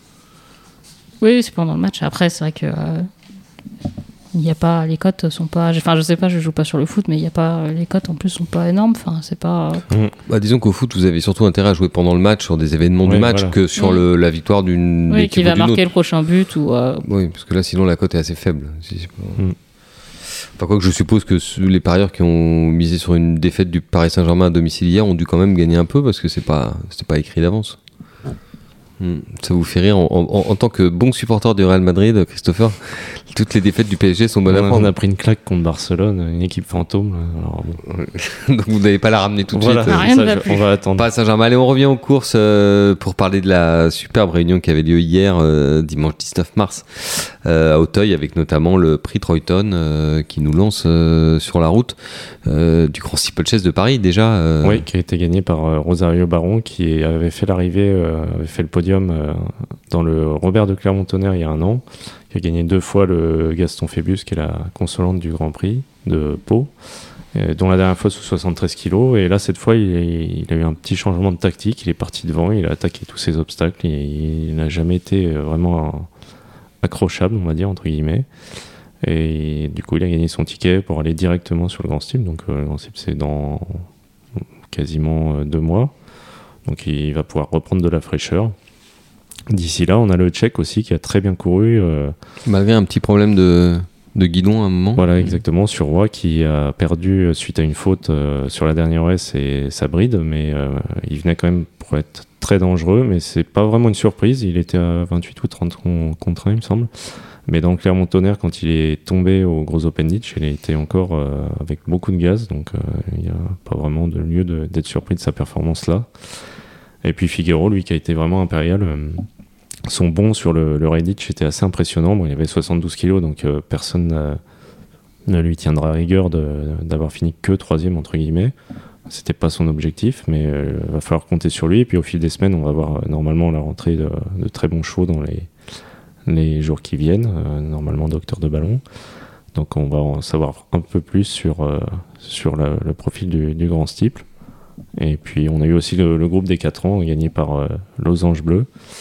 Oui, c'est pendant le match. Après, c'est vrai que... Euh... Il y a pas, les cotes sont pas, enfin je sais pas, je joue pas sur le foot, mais il y a pas, les cotes en plus sont pas énormes, enfin c'est pas. Mmh. Bah, disons qu'au foot vous avez surtout intérêt à jouer pendant le match sur des événements oui, du match voilà. que sur mmh. le, la victoire d'une oui, équipe qui va ou d'une marquer autre. le prochain but ou. Euh... Oui, parce que là sinon la cote est assez faible. Si c'est pas... mmh. Enfin quoi que je suppose que les parieurs qui ont misé sur une défaite du Paris Saint-Germain à domicile hier ont dû quand même gagner un peu parce que c'est pas, c'était pas écrit d'avance. Mmh. Ça vous fait rire en, en, en tant que bon supporter du Real Madrid, Christopher? Toutes les défaites du P S G sont bonnes à prendre. On a pris une claque contre Barcelone, une équipe fantôme. Alors bon. Donc vous n'allez pas la ramener tout de voilà, suite. Ah, rien ça, ne va je, plus. on va attendre. Pas Saint-Germain. Allez, on revient aux courses euh, pour parler de la superbe réunion qui avait lieu hier, euh, dimanche dix-neuf mars, euh, à Auteuil, avec notamment le prix Troyton euh, qui nous lance euh, sur la route euh, du Grand Steeplechase de Paris déjà. Euh... Oui, qui a été gagné par euh, Rosario Baron, qui avait fait l'arrivée, euh, avait fait le podium euh, dans le Robert de Clermont-Tonnerre il y a un an, qui a gagné deux fois le Gaston Phébus, qui est la consolante du Grand Prix de Pau, euh, dont la dernière fois sous soixante-treize kilos. Et là, cette fois, il, il a eu un petit changement de tactique. Il est parti devant, il a attaqué tous ses obstacles. Et il n'a jamais été vraiment accrochable, on va dire, entre guillemets. Et du coup, il a gagné son ticket pour aller directement sur le Grand Steeple. Donc, euh, le Grand Steeple, c'est dans quasiment euh, deux mois. Donc, il va pouvoir reprendre de la fraîcheur. D'ici là, on a le Tchèque aussi qui a très bien couru. Euh, Malgré un petit problème de, de guidon à un moment. Voilà, exactement. Sur Roy qui a perdu suite à une faute euh, sur la dernière S et sa bride, mais euh, il venait quand même pour être très dangereux, mais c'est pas vraiment une surprise. Il était à vingt-huit ou trente contre un, il me semble. Mais dans Clermont-Tonnerre, quand il est tombé au Gros Open Ditch, il était encore euh, avec beaucoup de gaz, donc euh, il n'y a pas vraiment de lieu de, d'être surpris de sa performance là. Et puis Figueroa, lui, qui a été vraiment impérial. Euh, Son bond sur le, le Redditch était assez impressionnant. Bon, il avait soixante-douze kilos, donc euh, personne euh, ne lui tiendra rigueur de, d'avoir fini que troisième, entre guillemets. C'était pas son objectif, mais il euh, va falloir compter sur lui. Et puis au fil des semaines, on va voir euh, normalement la rentrée de, de très bons chevaux dans les, les jours qui viennent, euh, normalement docteur de ballon. Donc on va en savoir un peu plus sur, euh, sur le, le profil du, du Grand Steeple. Et puis on a eu aussi le, le groupe des quatre ans, gagné par euh, Losange Bleu.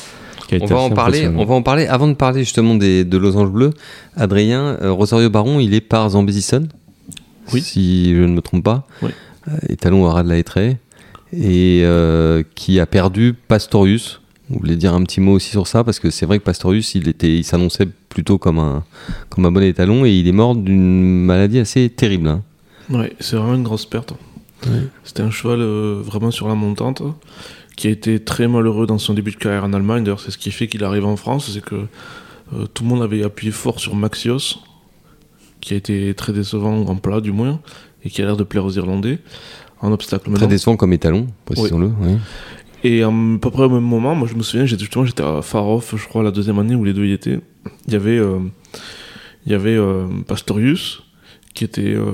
On va, en parler, on va en parler. Avant de parler justement des, de Losange Bleu, Adrien, euh, Rosario Baron, il est par Zambésisson, oui. si je ne me trompe pas, oui. euh, étalon au ras de la Hétraie, et euh, qui a perdu Pastorius. Vous voulez dire un petit mot aussi sur ça, parce que c'est vrai que Pastorius, il, était, il s'annonçait plutôt comme un, comme un bon étalon, et il est mort d'une maladie assez terrible. Hein. Oui, c'est vraiment une grosse perte. Oui. C'était un cheval euh, vraiment sur la montante, qui a été très malheureux dans son début de carrière en Allemagne. D'ailleurs, c'est ce qui fait qu'il arrive en France, c'est que euh, tout le monde avait appuyé fort sur Maxios, qui a été très décevant en plat du moins, et qui a l'air de plaire aux Irlandais, en obstacle. Très décevant comme étalon, précisons-le. Oui. Oui. Et à peu près au même moment, moi je me souviens, j'étais, justement j'étais à Farof, je crois, la deuxième année où les deux y étaient. Il y avait, euh, il y avait euh, Pastorius, qui était euh,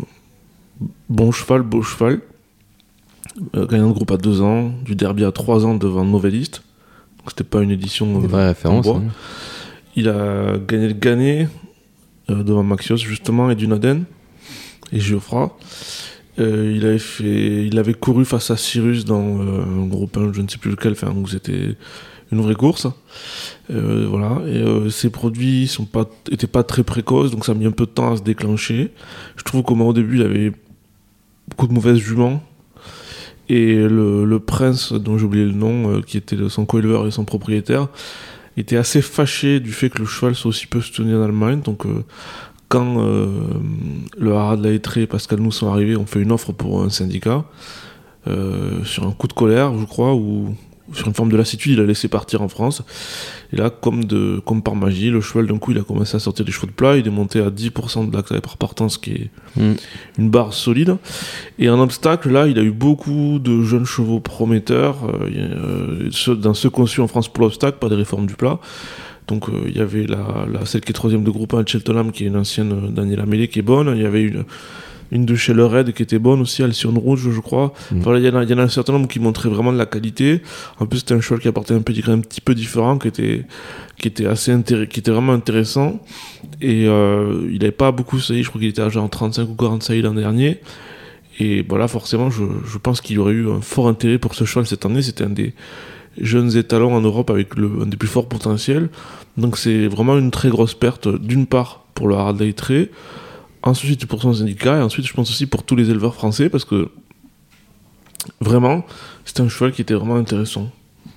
bon cheval, beau cheval, Euh, gagnant de groupe à deux ans, du derby à trois ans devant Noveliste. Donc c'était pas une édition. Des euh, vraies références. Hein. Il a gagné le Gannet euh, devant Maxios justement et Dunaden et Geoffroy. Euh, il avait fait, il avait couru face à Cyrus dans euh, un groupe un, je ne sais plus lequel, enfin où c'était une vraie course. Euh, voilà. Et euh, ses produits sont pas, étaient pas très précoces, donc ça a mis un peu de temps à se déclencher. Je trouve qu'au moins au début il avait beaucoup de mauvaises juments. Et le, le prince, dont j'ai oublié le nom, euh, qui était son co-éleveur et son propriétaire, était assez fâché du fait que le cheval soit aussi peu soutenu en Allemagne. Donc, euh, quand euh, le Haras de la Hétraie et Pascal nous sont arrivés, on fait une offre pour un syndicat, euh, sur un coup de colère, je crois, ou sur une forme de lassitude, il a laissé partir en France. Et là, comme, de, comme par magie, le cheval, d'un coup, il a commencé à sortir des chevaux de plat. Il est monté à dix pour cent de l'axe par partance, qui est mmh. une barre solide. Et en obstacle, là, il a eu beaucoup de jeunes chevaux prometteurs, euh, euh, dans ceux conçus en France pour l'obstacle, pas des réformes du plat. Donc, euh, il y avait la, la, celle qui est troisième de groupe un, Cheltenham, qui est une ancienne euh, Daniela Mellet, qui est bonne. Il y avait une une de chez Le Red qui était bonne aussi, Alcyon Rouge, je crois. Mmh. Enfin, il y, y en a un certain nombre qui montraient vraiment de la qualité. En plus, c'était un cheval qui apportait un pedigree un petit peu différent, qui était, qui était, assez intér- qui était vraiment intéressant. Et euh, il n'avait pas beaucoup sailli, je crois qu'il était à genre trente-cinq ou quarante saillies l'an dernier. Et voilà, forcément, je, je pense qu'il y aurait eu un fort intérêt pour ce cheval cette année. C'était un des jeunes étalons en Europe avec le, un des plus forts potentiels. Donc c'est vraiment une très grosse perte, d'une part pour le Harald Leitrer, ensuite pour son syndicat, et ensuite je pense aussi pour tous les éleveurs français, parce que vraiment, c'était un cheval qui était vraiment intéressant.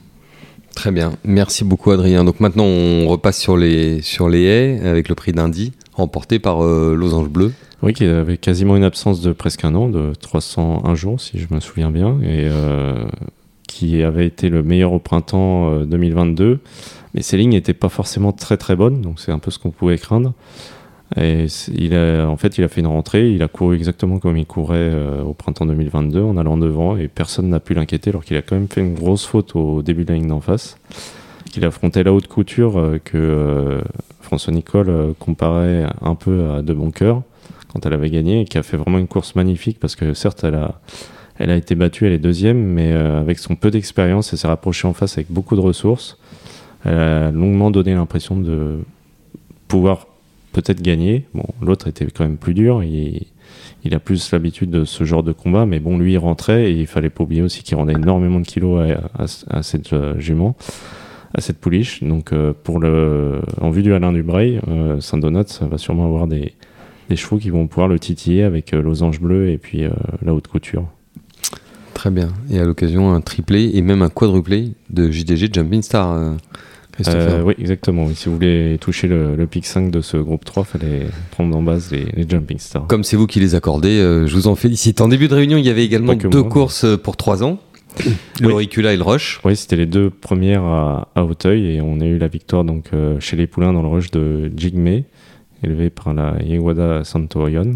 Très bien, merci beaucoup Adrien. Donc maintenant on repasse sur les, sur les haies avec le prix d'Indy, remporté par euh, Losange Bleu. Oui, qui avait quasiment une absence de presque un an, de trois cent un jours si je me souviens bien, et euh, qui avait été le meilleur au printemps euh, deux mille vingt-deux. Mais ses lignes n'étaient pas forcément très très bonnes, donc c'est un peu ce qu'on pouvait craindre. Et il a, en fait, il a fait une rentrée, il a couru exactement comme il courait euh, au printemps deux mille vingt-deux, en allant devant, et personne n'a pu l'inquiéter, alors qu'il a quand même fait une grosse faute au début de la ligne d'en face. Qu'il affrontait la haute couture euh, que euh, François Nicole euh, comparait un peu à De Boncoeur quand elle avait gagné, et qui a fait vraiment une course magnifique, parce que certes, elle a, elle a été battue, elle est deuxième, mais euh, avec son peu d'expérience, elle s'est rapprochée en face avec beaucoup de ressources. Elle a longuement donné l'impression de pouvoir peut-être gagner. Bon, l'autre était quand même plus dur. Il, il a plus l'habitude de ce genre de combat, mais bon, lui, il rentrait, et il fallait pas oublier aussi qu'il rendait énormément de kilos à, à, à cette euh, jument, à cette pouliche. Donc, euh, pour le, en vue du Alain Dubreuil, euh, Saint-Donat, ça va sûrement avoir des, des chevaux qui vont pouvoir le titiller avec euh, Losange Bleu et puis euh, la haute couture. Très bien. Et à l'occasion, un triplé et même un quadruplé de J D G Jumping Star, euh, Christopher. Euh, oui, exactement. Oui. Si vous voulez toucher le, le pic cinq de ce groupe trois, il fallait prendre en base les, les Jumping Stars. Comme c'est vous qui les accordez, euh, je vous en félicite. En début de réunion, il y avait également deux moi, courses mais... pour trois ans. Le oui. Auricula et le Rush. Oui, c'était les deux premières à, à Auteuil, et on a eu la victoire donc, euh, chez les poulains dans le Rush de Jigme, élevé par la Yeguada Santorion.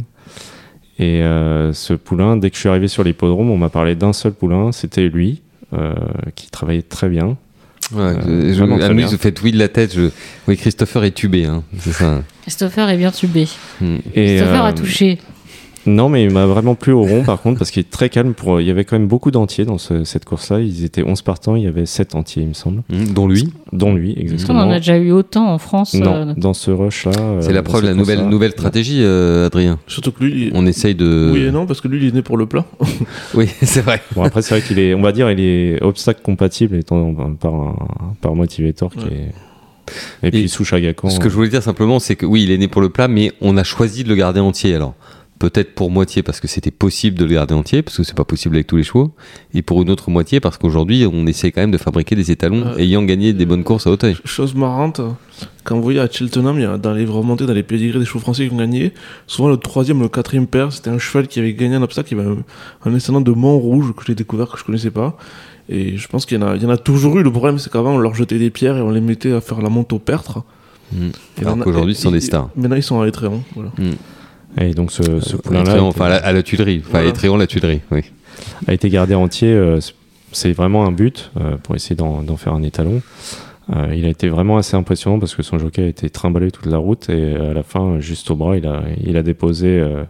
Et euh, ce poulain, dès que je suis arrivé sur l'hippodrome, on m'a parlé d'un seul poulain, c'était lui, euh, qui travaillait très bien. Ouais, euh, je, à nous, vous faites oui de la tête. Je... Oui, Christopher est tubé, hein, c'est ça. Christopher est bien tubé. Hmm. Et Christopher euh, a touché. Non, mais il m'a vraiment plu au rond, par contre, parce qu'il est très calme. Pour... Il y avait quand même beaucoup d'entiers dans ce, cette course-là. Ils étaient onze partants, il y avait sept entiers, il me semble. Mmh, dont lui Dont lui, exactement. On en a déjà eu autant en France. Non, euh... dans ce rush-là. C'est euh, la preuve de la nouvelle, nouvelle stratégie, euh, Adrien. Surtout que lui, il... on essaye de. Oui et non, parce que lui, il est né pour le plat. Oui, c'est vrai. Bon, après, c'est vrai qu'il est, on va dire, il est obstacle compatible étant par, un, par Motivator qui ouais. est. Et puis, sous Chagacan. Ce que je voulais dire simplement, c'est que oui, il est né pour le plat, mais on a choisi de le garder entier. Alors, peut-être pour moitié parce que c'était possible de le garder entier, parce que c'est pas possible avec tous les chevaux, et pour une autre moitié parce qu'aujourd'hui, on essaie quand même de fabriquer des étalons euh, ayant gagné des bonnes courses à Auteuil. Chose marrante, quand vous voyez à Cheltenham, il y a dans les remontées, dans les pédigrés des chevaux français qui ont gagné, souvent le troisième ou le quatrième paire, c'était un cheval qui avait gagné un obstacle, il y avait un, un descendant de Montrouge que j'ai découvert, que je connaissais pas. Et je pense qu'il y en a, il y en a toujours eu. Le problème, c'est qu'avant, on leur jetait des pierres et on les mettait à faire la monte au tertre. Mmh. Alors qu'aujourd'hui, ce sont des stars. Maintenant, ils sont à Étréon. Voilà. Mmh. Et donc ce, ce euh, poulain-là, était... enfin à la, à la Tuilerie, enfin voilà. Étréon, la Tuilerie, oui, a été gardé entier. Euh, c'est vraiment un but euh, pour essayer d'en, d'en faire un étalon. Euh, il a été vraiment assez impressionnant parce que son jockey a été trimballé toute la route et à la fin, juste au bras, il a, il a déposé euh,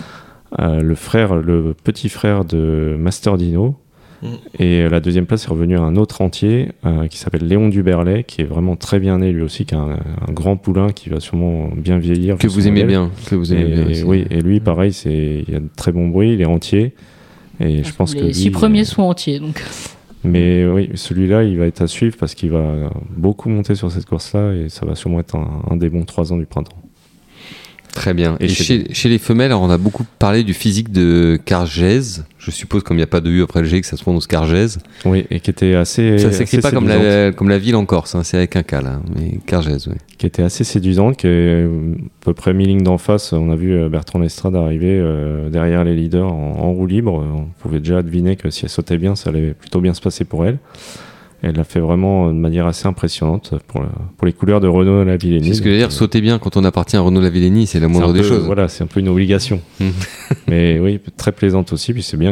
euh, le frère, le petit frère de Master Dino. Mmh. Et la deuxième place est revenue à un autre entier euh, qui s'appelle Léon Duberlet, qui est vraiment très bien né lui aussi, qui est un, un grand poulain qui va sûrement bien vieillir. Que vous aimez modèle. bien, que vous aimez et, bien. Aussi. Oui, et lui, pareil, c'est, il y a de très bons bruits, il est entier. Et je pense les que les six premiers sont entiers, donc. Mais oui, celui-là, il va être à suivre parce qu'il va beaucoup monter sur cette course-là et ça va sûrement être un, un des bons trois ans du printemps. Très bien. Et, et chez, chez, chez les femelles, alors on a beaucoup parlé du physique de Cargèse. Je suppose, comme il n'y a pas de U après le G, que ça se prononce Cargèse. Oui, et qui était assez. Ça ne s'écrit pas comme la, comme la ville en Corse, hein, c'est avec un K là, mais Cargèse, oui. Qui était assez séduisante, qui est à peu près mi-ligne d'en face. On a vu Bertrand Lestrade arriver euh, derrière les leaders en, en roue libre. On pouvait déjà deviner que si elle sautait bien, ça allait plutôt bien se passer pour elle. Elle l'a fait vraiment de manière assez impressionnante pour, la, pour les couleurs de Renaud Lavillenie. C'est ce que je veux dire, sauter bien quand on appartient à Renaud Lavillenie, c'est la moindre c'est des peu, choses. Voilà, c'est un peu une obligation. Mais oui, très plaisante aussi. Puis c'est bien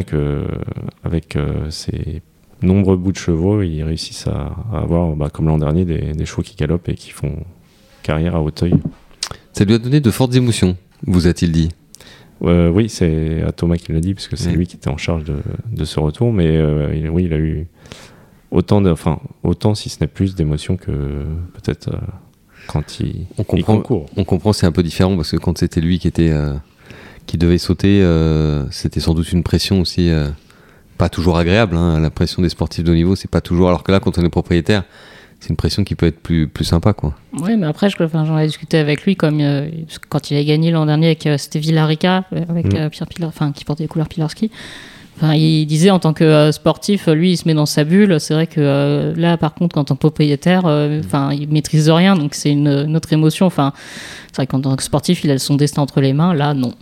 qu'avec euh, ces nombreux bouts de chevaux, ils réussissent à, à avoir, bah, comme l'an dernier, des, des chevaux qui galopent et qui font carrière à Auteuil. Ça lui a donné de fortes émotions, vous a-t-il dit ? Euh, oui, c'est à Thomas qui l'a dit, parce que c'est Oui. lui qui était en charge de, de ce retour. Mais euh, il, oui, il a eu autant, de, enfin, autant si ce n'est plus d'émotions que peut-être euh, quand il, On il comprend, concourt. on comprend, c'est un peu différent parce que quand c'était lui qui était euh, qui devait sauter, euh, c'était sans doute une pression aussi euh, pas toujours agréable. Hein. La pression des sportifs de haut niveau, c'est pas toujours. Alors que là, quand on est propriétaire, c'est une pression qui peut être plus plus sympa, quoi. Oui, mais après, je, enfin, j'en ai discuté avec lui comme euh, quand il a gagné l'an dernier avec euh, c'était Villarica, euh, avec Mm. euh, Pierre Pilar, enfin qui portait les couleurs Pilarski. Enfin, il disait en tant que euh, sportif, lui, il se met dans sa bulle. C'est vrai que euh, là, par contre, en tant que propriétaire, euh, enfin, il maîtrise rien, donc c'est une, une autre émotion. Enfin, c'est vrai qu'en tant que sportif, il a son destin entre les mains. Là, non.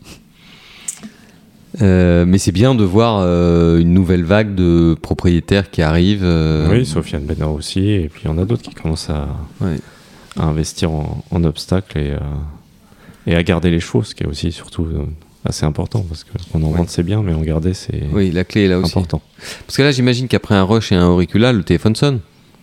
Euh, mais c'est bien de voir euh, une nouvelle vague de propriétaires qui arrivent. euh, Oui, Sofiane Benard aussi, et puis il y en a d'autres qui commencent à, Ouais. à investir en, en obstacles et, euh, et à garder les chevaux, ce qui est aussi surtout euh, assez important, parce que qu'on en Ouais. vende c'est bien, mais en garder c'est Oui, la clé est là aussi. important. Parce que là, j'imagine qu'après un rush et un auricula, le téléphone sonne.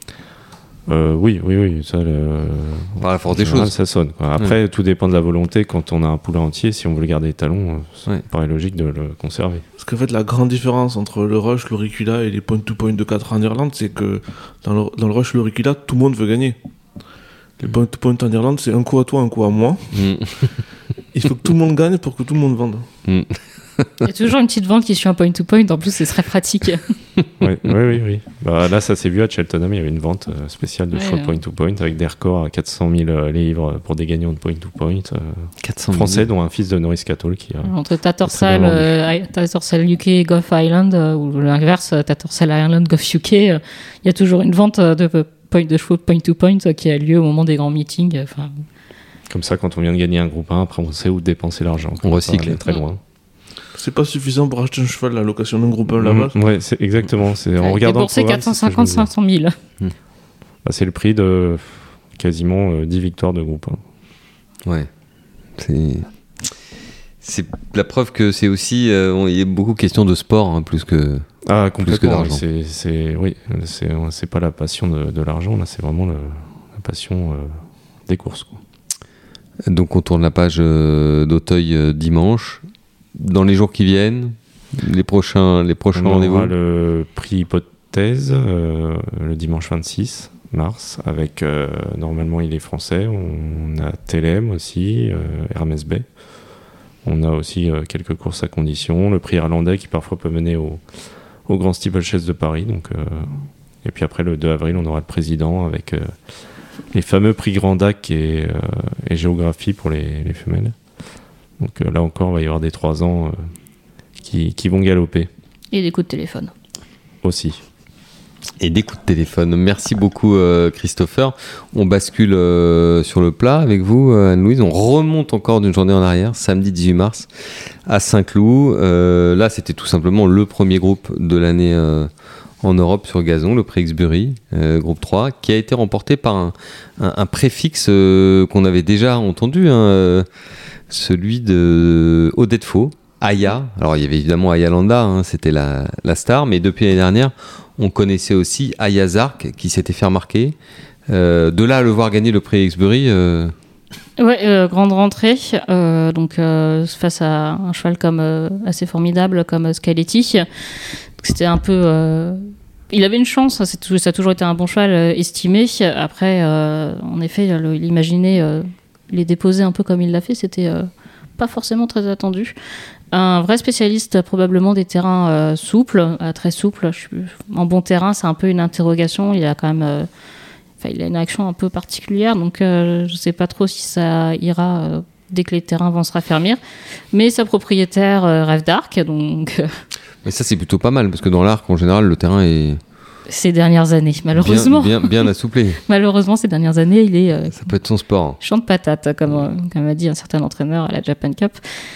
Euh, oui, oui, oui, ça, le... Par la force en des général, choses. ça sonne, quoi. Après, tout dépend de la volonté. Quand on a un poulain entier, si on veut le garder étalon, euh, ça Ouais. paraît logique de le conserver. Parce qu'en fait, la grande différence entre le rush, l'auricula et les point-to-point de quatre en Irlande, c'est que dans le, dans le rush, l'auricula, tout le monde veut gagner. Les point-to-point en Irlande, c'est un coup à toi, un coup à moi. Mm. Il faut que tout le monde gagne pour que tout le monde vende. Mm. Il y a toujours une petite vente qui suit un point-to-point. En plus, c'est très pratique. Oui, oui, oui, oui. Bah, là, ça s'est vu à Cheltenham. Il y avait une vente euh, spéciale de Ouais, chevaux ouais. point-to-point avec des records à quatre cent mille euh, livres pour des gagnants de point-to-point euh, quatre cents français, millions. dont un fils de Norris Cattell qui a. Entre Tattersall, vendu. euh, Tattersall U K et Gulf Island, euh, ou l'inverse, euh, Tattersall Ireland, Gulf U K, euh, il y a toujours une vente euh, de, point, de chevaux de point-to-point euh, qui a lieu au moment des grands meetings. euh, Enfin, Comme ça, quand on vient de gagner un groupe un, après on sait où dépenser l'argent. On va recycle. pas aller très loin. C'est pas suffisant pour acheter un cheval à la location d'un groupe un là-bas. Mhm. Ouais, c'est exactement. C'est en euh, regardant le débourser programme, quatre cent c'est ce que je me cinquante disais. cinq cent mille. Bah, c'est le prix de quasiment euh, dix victoires de groupe un. Ouais. C'est. C'est la preuve que c'est aussi. euh, on- Il y a beaucoup question de sport, hein, plus que. Ah, que complètement. d'argent. C'est, c'est, oui, c'est, c'est pas la passion de, de l'argent, là, c'est vraiment le- la passion euh, des courses, quoi. Donc on tourne la page euh, d'Auteuil euh, dimanche. Dans les jours qui viennent, les prochains, les prochains On rendez-vous. aura le prix Hypothèse euh, le dimanche vingt-six mars, avec euh, normalement il est français. On a T L M aussi, euh, Hermès Bay. On a aussi euh, quelques courses à condition. Le prix irlandais qui parfois peut mener au, au Grand Steeplechase de Paris. Donc, euh, et puis après le deux avril, on aura le président avec euh, les fameux prix Grand Dac et, euh, et géographie pour les, les femelles. Donc euh, là encore, il va y avoir des trois ans euh, qui, qui vont galoper Et des coups de téléphone. aussi. Et des coups de téléphone. Merci beaucoup, euh, Christopher. On bascule euh, sur le plat avec vous, euh, Anne-Louise. On remonte encore d'une journée en arrière, samedi dix-huit mars, à Saint-Cloud. Euh, là, c'était tout simplement le premier groupe de l'année euh, en Europe sur gazon, le prix Exbury, euh, groupe trois, qui a été remporté par un, un, un préfixe euh, qu'on avait déjà entendu, hein, euh, celui de Odette Faux, Aya. Alors, il y avait évidemment Aya Landa, hein, c'était la, la star, mais depuis l'année dernière, on connaissait aussi Aya Zark, qui s'était fait remarquer. Euh, de là à le voir gagner le prix Exbury, euh, Ouais, euh, grande rentrée, euh, donc euh, face à un cheval comme euh, assez formidable comme euh, Scaletti. C'était un peu, euh, il avait une chance, c'est tout- ça a toujours été un bon cheval euh, estimé. Après, euh, en effet, le- l'imaginer euh, les déposer un peu comme il l'a fait, c'était euh, pas forcément très attendu. Un vrai spécialiste probablement des terrains euh, souples, euh, très souples. Je suis- en bon terrain, c'est un peu une interrogation. Il a quand même euh, Enfin, il a une action un peu particulière, donc euh, je ne sais pas trop si ça ira euh, dès que les terrains vont se raffermir. Mais sa propriétaire euh, rêve d'arc, donc euh, mais ça c'est plutôt pas mal, parce que dans l'arc, en général, le terrain est ces dernières années, malheureusement, bien, bien, bien assouplé. malheureusement ces dernières années, il est euh, Ça peut être son sport. champ de patate, comme, euh, comme a dit un certain entraîneur à la Japan Cup.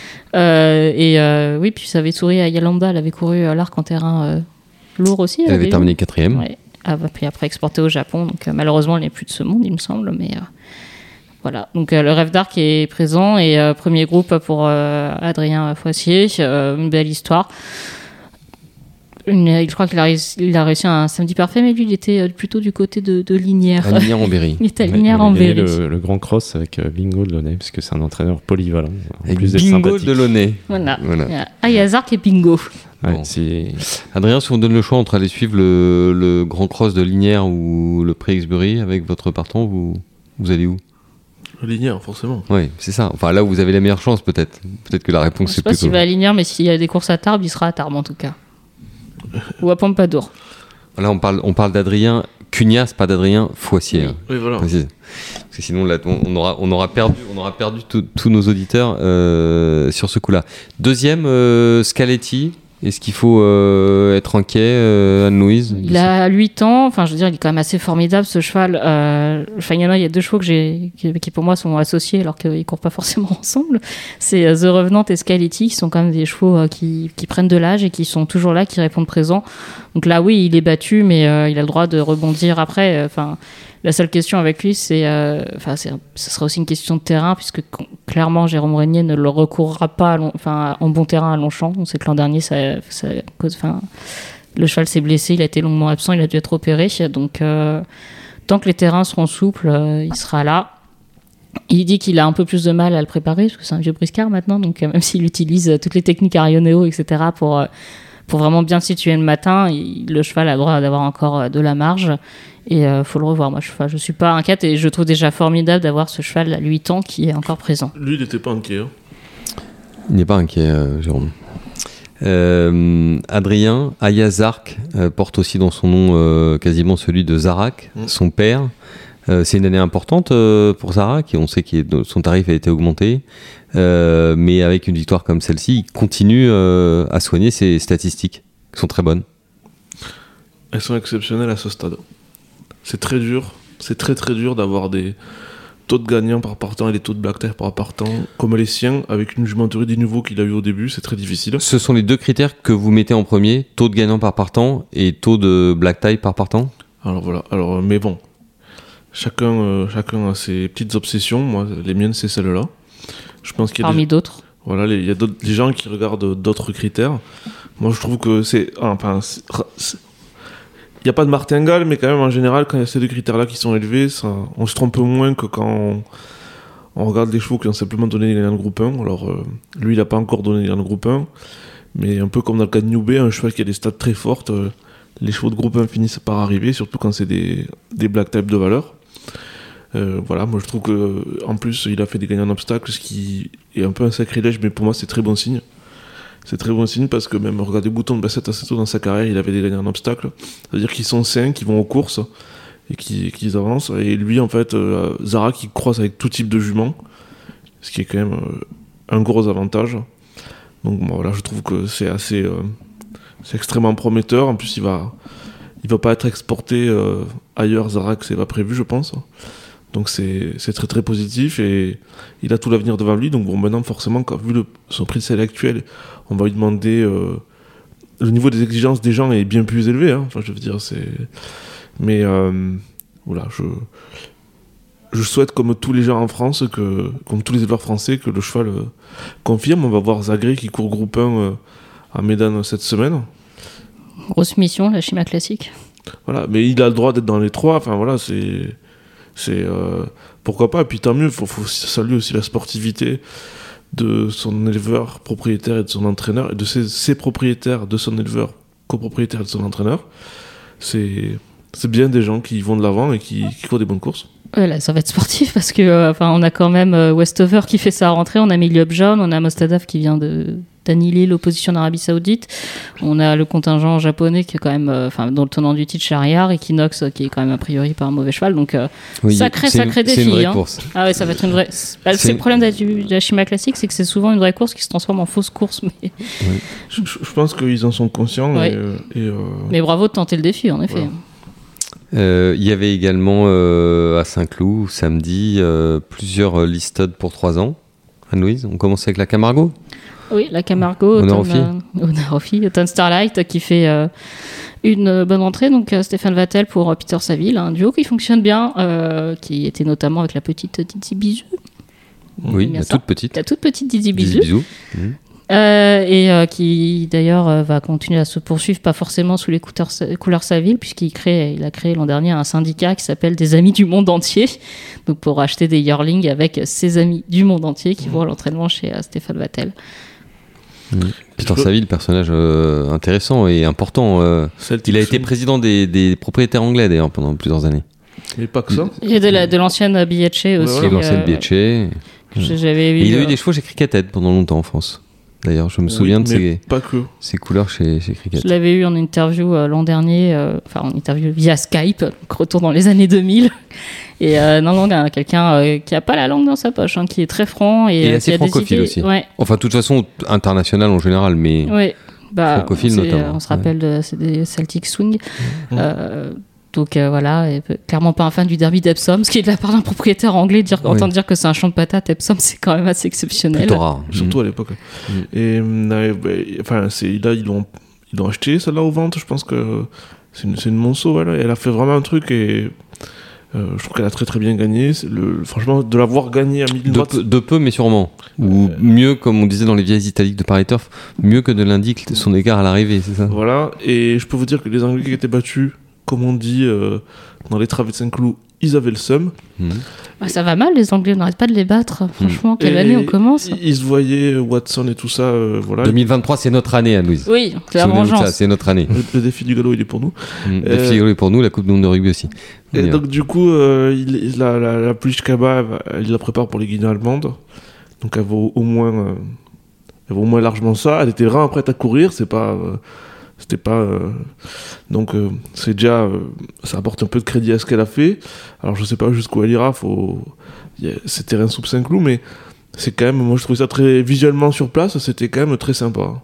Euh, et euh, oui, puis ça avait souri à Yalanda, elle avait couru à l'arc en terrain euh, lourd aussi. Elle avait eu. terminé quatrième. Ouais. Puis après exporté au Japon, donc euh, malheureusement elle n'est plus de ce monde, il me semble, mais euh, voilà. Donc euh, le rêve d'arc est présent et euh, premier groupe pour euh, Adrien Foissier, euh, une belle histoire. Une, je crois qu'il a réussi, il a réussi un samedi parfait, mais lui, il était plutôt du côté de, de Linière. À Linière en Berry. Il était à Ouais, Linière il a en gagné Berry. le, le grand cross avec euh, Bingo Delaunay, parce que c'est un entraîneur polyvalent. En Avec plus d'être Bingo sympathique. Delaunay. Voilà. Voilà. Ah, il y a Zark et Bingo. Ouais, Bon. c'est- Adrien, si on donne le choix entre aller suivre le, le grand cross de Linière ou le Prix Exbury avec votre partant, vous, vous allez où? Linéaire, forcément. Oui, c'est ça. Enfin, là où vous avez la meilleure chance, peut-être. Peut-être que la Je réponse sais c'est pas plutôt. s'il va à Linière, mais s'il y a des courses à Tarbes, il sera à Tarbes en tout cas. Ou à Pompadour. Là, on parle, on parle d'Adrien Cugnas, pas d'Adrien Foissier. hein. Oui, voilà. Précise. Parce que sinon, là, on, on aura, on aura perdu, on aura perdu tout- tous nos auditeurs euh, sur ce coup-là. Deuxième, euh, Scaletti. Est-ce qu'il faut euh, être inquiet, euh, Anne-Louise? Il a huit ans, enfin je veux dire, il est quand même assez formidable ce cheval. Euh, enfin, il y en a, il y a deux chevaux que j'ai, qui, qui pour moi sont associés alors qu'ils ne courent pas forcément ensemble. C'est euh, The Revenant et Scaletti qui sont quand même des chevaux euh, qui, qui prennent de l'âge et qui sont toujours là, qui répondent présent. Donc là, oui, il est battu, mais euh, il a le droit de rebondir après. Enfin, la seule question avec lui, c'est, euh, enfin, c'est, ce sera aussi une question de terrain puisque con- clairement Jérôme Régnier ne le recourra pas, à long- enfin, en bon terrain à Longchamp. On sait que l'an dernier, ça, ça cause, enfin. Le cheval s'est blessé, il a été longuement absent, il a dû être opéré. Donc, euh, tant que les terrains seront souples, euh, il sera là. Il dit qu'il a un peu plus de mal à le préparer, parce que c'est un vieux briscard maintenant. Donc, euh, même s'il utilise euh, toutes les techniques Arioneo, et cetera, pour, euh, pour vraiment bien le situer le matin, il- le cheval a le droit d'avoir encore euh, de la marge. Et il euh, faut le revoir. Moi, je ne suis pas inquiète et je trouve déjà formidable d'avoir ce cheval à huit ans qui est encore présent. Lui, il n'était pas inquiet. hein. Il n'est pas inquiet, euh, Jérôme. Euh, Adrien, Aya Zark euh, porte aussi dans son nom euh, quasiment celui de Zarak, Mm. son père. Euh, c'est une année importante euh, pour Zarak et on sait que son tarif a été augmenté. Euh, mais avec une victoire comme celle-ci, il continue euh, à soigner ses statistiques, qui sont très bonnes. Elles sont exceptionnelles à ce stade. C'est très dur. C'est très très dur d'avoir des taux de gagnants par partant et des taux de black tie par partant comme les siens avec une jumenterie des nouveaux qu'il a eu au début. C'est très difficile. Ce sont les deux critères que vous mettez en premier, taux de gagnant par partant et taux de black tie par partant. Alors voilà. Alors, euh, mais bon, chacun, euh, chacun a ses petites obsessions. Moi, les miennes, c'est celle-là. Je pense qu'il y a Parmi des... d'autres. Voilà, les- il y a d'autres- des gens qui regardent d'autres critères. Moi, je trouve que c'est... Enfin, c'est- c'est- il n'y a pas de martingale, mais quand même, en général, quand il y a ces deux critères-là qui sont élevés, ça, on se trompe moins que quand on, on regarde des chevaux qui ont simplement donné des gagnants de groupe un. Alors, euh, lui, il n'a pas encore donné des gagnants de groupe un, mais un peu comme dans le cas de Newbay, un cheval qui a des stats très fortes, euh, les chevaux de groupe un finissent par arriver, surtout quand c'est des, des black type de valeur. Euh, voilà, moi je trouve que en plus il a fait des gagnants d'obstacles, ce qui est un peu un sacrilège, mais pour moi c'est très bon signe. C'est très bon signe parce que même regardez Bouton de Bassett assez tôt dans sa carrière, il avait des gagnants d'obstacles. C'est-à-dire qu'ils sont sains, qui vont aux courses et qui, qu'ils avancent. Et lui en fait, euh, Zara qui croise avec tout type de jument, ce qui est quand même euh, un gros avantage. Donc bon, voilà, je trouve que c'est assez, euh, c'est extrêmement prometteur. En plus il va, il va pas être exporté euh, ailleurs, Zara, que c'est pas prévu, je pense. Donc c'est, c'est très très positif et il a tout l'avenir devant lui. Donc bon, maintenant forcément, quand, vu le, son prix de sel actuel, on va lui demander... Euh, le niveau des exigences des gens est bien plus élevé. Hein. Enfin, je veux dire, c'est... Mais euh, voilà, je, je souhaite, comme tous les gens en France, que, comme tous les éleveurs français, que le cheval euh, confirme. On va voir Zagré qui court groupe un euh, à Médane cette semaine. Grosse mission, la Chima classique. Voilà, mais il a le droit d'être dans les trois. Enfin voilà, c'est... C'est euh, pourquoi pas, et puis tant mieux, il faut, faut saluer aussi la sportivité de son éleveur propriétaire et de son entraîneur, et de ses, ses propriétaires, de son éleveur copropriétaire et de son entraîneur. C'est, c'est bien des gens qui vont de l'avant et qui, qui courent des bonnes courses. Ouais, là, ça va être sportif parce que, euh, enfin, on a quand même euh, Westover qui fait sa rentrée, on a Miliop John, on a Mostadaf qui vient de d'annihiler l'opposition d'Arabie Saoudite, on a le contingent japonais qui est quand même, enfin, euh, dans le tenant du titre Shahriar, Equinox euh, qui est quand même a priori pas un mauvais cheval, donc euh, Oui, sacré c'est sacré une, défi. C'est une vraie hein. course. Ah ouais, ça va être une vraie. Bah, c'est, C'est le une- problème de la, de la Chima classique, c'est que c'est souvent une vraie course qui se transforme en fausse course, mais, Je, je- je pense qu'ils en sont conscients. Ouais. Et, euh, et, euh, mais bravo de tenter le défi, en effet. Voilà. Euh, Il y avait également euh, à Saint-Cloud, samedi, euh, plusieurs euh, listed pour trois ans. Anne-Louise, on commence avec la Camargo. Oui, la Camargo, Honneur Autumn, aux filles. euh, honneur aux filles, Autumn Starlight euh, qui fait euh, une euh, bonne entrée. Donc euh, Stéphane Vattel pour euh, Peter Saville, un duo qui fonctionne bien, euh, qui était notamment avec la petite Didi Bisou. Oui, bien la ça. toute petite. La toute petite Didi Bisous. Bisou. bisous. Mhm. Euh, et euh, qui d'ailleurs euh, va continuer à se poursuivre, pas forcément sous les couleurs, couleurs Savile, puisqu'il crée, il a créé l'an dernier un syndicat qui s'appelle des Amis du Monde Entier, donc pour acheter des yearlings avec ses amis du monde entier qui vont à l'entraînement chez euh, Stéphane Vattel. Mmh. Peter Saville, personnage euh, intéressant et important. Euh, il a été président des, des propriétaires anglais d'ailleurs pendant plusieurs années. Mais pas que ça. Et de, la, de l'ancienne B H A aussi. Ouais, de l'ancienne euh, B H A. J'avais eu, il a eu euh, des chevaux chez Cricket pendant longtemps en France. D'ailleurs, je me Oui, souviens de mais ses, pas que. ses couleurs chez, chez Cricket. Je l'avais eu en interview euh, l'an dernier, euh, enfin en interview via Skype, donc retour dans les années deux mille. Et euh, non, non, un- quelqu'un euh, qui a pas la langue dans sa poche, hein, qui est très franc et, Et euh, assez qui a des francophile idées- aussi. Ouais, Enfin, de toute façon, international en général, mais ouais. Bah, francophile c'est, notamment. euh, on se rappelle, de, c'est des Celtic Swing. Mmh. Euh, donc euh, voilà, et peu- clairement pas un fan du derby d'Epsom, ce qui est de la part d'un propriétaire anglais, dire, Oui. entendre dire que c'est un champ de patates, Epsom, c'est quand même assez exceptionnel. plutôt rare. Surtout à l'époque. Mm. Et euh, bah, enfin, c'est là ils l'ont ils l'ont acheté celle-là aux ventes. Je pense que c'est une, c'est une monceau. Elle, elle a fait vraiment un truc et euh, je trouve qu'elle a très très bien gagné. C'est le, franchement, de l'avoir gagné à mille De watts. peu, de peu, mais sûrement. Ou Euh, mieux, comme on disait dans les vieilles italiques de Paris Turf, mieux que de l'indique son écart à l'arrivée, c'est ça? Voilà. Et je peux vous dire que les Anglais qui étaient battus, comme on dit euh, dans les travées de Saint-Cloud, ils avaient le seum. Mhm. Ah, ça va mal, les Anglais, on n'arrête pas de les battre. Franchement, quelle Et année on commence? Ils, ils se voyaient, Watson et tout ça. euh, voilà. deux mille vingt-trois, c'est notre année, Anne-Louise. Oui, c'est la Souvenez-vous de ça, vengeance. c'est notre année. Le, le défi du galop, il est pour nous. Mhm. Euh, Les filles pour nous, la Coupe du Monde de rugby aussi. On y Et va. donc du coup, euh, il, il- la, la, la Plichkaba, elle, va- elle la prépare pour les Guinées allemandes. Donc elle vaut au moins, euh, elle vaut au moins largement ça. Elle était vraiment prête à courir. C'est pas, euh, c'était pas. euh, donc euh, c'est déjà, euh, ça apporte un peu de crédit à ce qu'elle a fait. Alors je sais pas jusqu'où elle ira. Faut, il y a- c'est terrain sous Saint-Cloud, mais c'est quand même. Moi je trouvais ça très visuellement sur place. C'était quand même très sympa.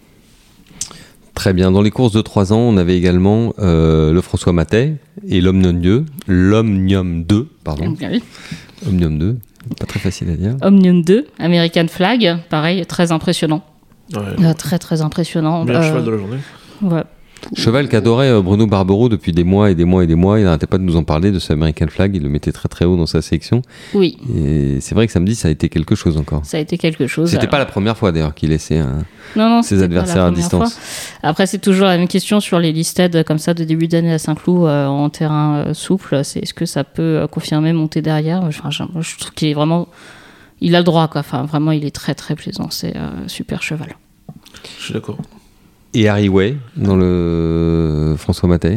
Très bien. Dans les courses de trois ans, on avait également euh, le François Matet et l'Omnium deux. L'Omnium deux, pardon. Oui. Omnium deux. Pas très facile à dire. Omnium deux, American Flag, pareil, très impressionnant. Ouais. Euh, très très impressionnant. Meilleur Euh, cheval de la journée. ouais. Cheval qu'adorait euh, Bruno Barbero depuis des mois et des mois et des mois. Il n'arrêtait pas de nous en parler de ce American Flag. Il le mettait très très haut dans sa sélection. Oui, Et c'est vrai que samedi, ça a été quelque chose encore. ça a été quelque chose. C'était Alors- pas la première fois d'ailleurs qu'il laissait un- non, non, ses c'était pas adversaires la à première distance. fois. Après, c'est toujours la même question sur les listed comme ça de début d'année à Saint-Cloud euh, en terrain euh, souple. C'est est-ce que ça peut euh, confirmer monter derrière? Enfin, je, moi, je trouve qu'il est vraiment, il a le droit quoi. Enfin, vraiment, il est très très plaisant. C'est euh, super cheval. Je suis d'accord. Et Harry Way dans le François Matet.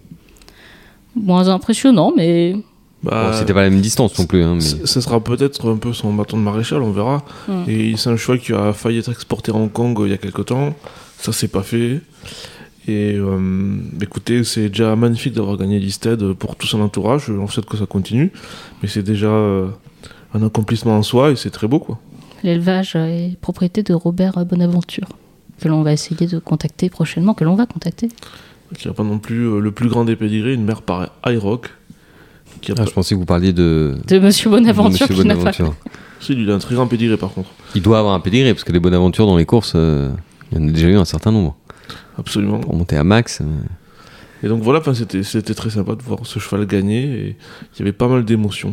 Moins impressionnant, mais Bah, Bon, c'était pas la même distance non plus. Hein, mais... c- Ce sera peut-être un peu son bâton de maréchal, on verra. Mm. Et c'est un cheval qui a failli être exporté à Hong Kong euh, il y a quelque temps. Ça s'est pas fait. Et euh, écoutez, c'est déjà magnifique d'avoir gagné l'Isted pour tout son entourage. On souhaite que ça continue. Mais c'est déjà euh, un accomplissement en soi et c'est très beau, quoi. l'élevage est propriété de Robert Bonaventure, que l'on va essayer de contacter prochainement, que l'on va contacter. Qui n'a pas non plus euh, le plus grand des pédigrés, une mère par IROC. Qui a Ah, pas... je pensais que vous parliez de, De Monsieur Bonaventure de Monsieur qui n'a pas. Bonaventure. Si, lui, il a un très grand pédigré par contre. Il doit avoir un pédigré parce que les Bonaventures dans les courses, euh, il y en a déjà eu un certain nombre. Absolument. Pour monter à max. euh, Et donc voilà, enfin, c'était, c'était très sympa de voir ce cheval gagner. Et il y avait pas mal d'émotions.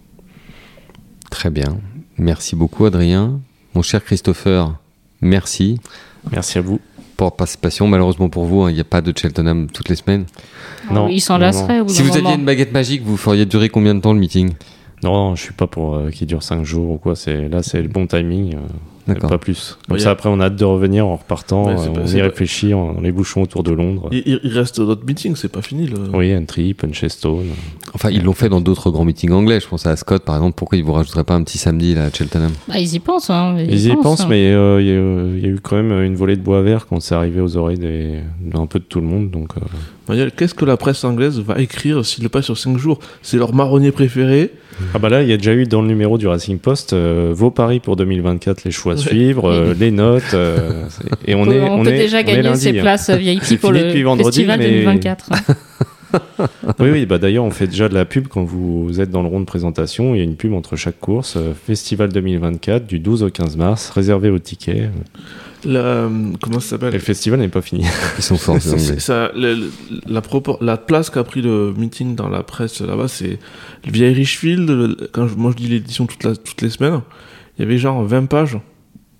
Très bien. Merci beaucoup, Adrien. Mon cher Christopher, merci Merci à vous. pour votre participation. Malheureusement pour vous, hein, il n'y a pas de Cheltenham toutes les semaines. Non, Il s'en non, lasserait au bout Si d'un vous moment. aviez une baguette magique, vous feriez durer combien de temps le meeting? Non, non, je suis pas pour euh, qu'il dure cinq jours ou quoi. C'est, là, c'est le bon timing. euh, D'accord. Pas plus. Comme Ouais, y ça, a- après, on a hâte de revenir en repartant. Ouais, euh, c'est pas- on c'est y pas- réfléchit en- dans les bouchons autour de Londres. Il, il- il reste d'autres meetings, c'est pas fini. Le... Oui, Entry, Punchestone. Enfin, ils l'ont fait dans d'autres grands meetings anglais. Je pense à Scott, par exemple. Pourquoi ils vous rajouteraient pas un petit samedi là, à Cheltenham? Bah, ils y pensent. Hein. Ils y pensent, pensent, hein. mais euh, il y, a eu- il y a eu quand même une volée de bois vert quand c'est arrivé aux oreilles des, d'un peu de tout le monde. Donc, euh, Manuel, qu'est-ce que la presse anglaise va écrire s'il le passe sur cinq jours? C'est leur marronnier préféré. Ah bah là, il y a déjà eu dans le numéro du Racing Post euh, vos paris pour deux mille vingt-quatre, les choix à Ouais. suivre, euh, les notes. euh, c'est- et on, On, peut- est, on on peut est, déjà on est gagner lundi, ses hein. places V I P C'est pour fini le depuis vendredi, festival mais- deux mille vingt-quatre. Oui, oui, bah d'ailleurs, on fait déjà de la pub quand vous êtes dans le rond de présentation. Il y a une pub entre chaque course. euh, Festival deux mille vingt-quatre, du douze au quinze mars, réservé aux tickets. La, euh, comment ça Et s'appelle? le festival n'est pas fini. Ils sont forts, ces C'est- Anglais. c'est- ça, le- le- la, propor- la place qu'a pris le meeting dans la presse là-bas, c'est le vieil Richfield. le- Quand je- moi je dis l'édition toute la- toutes les semaines, il y avait genre vingt pages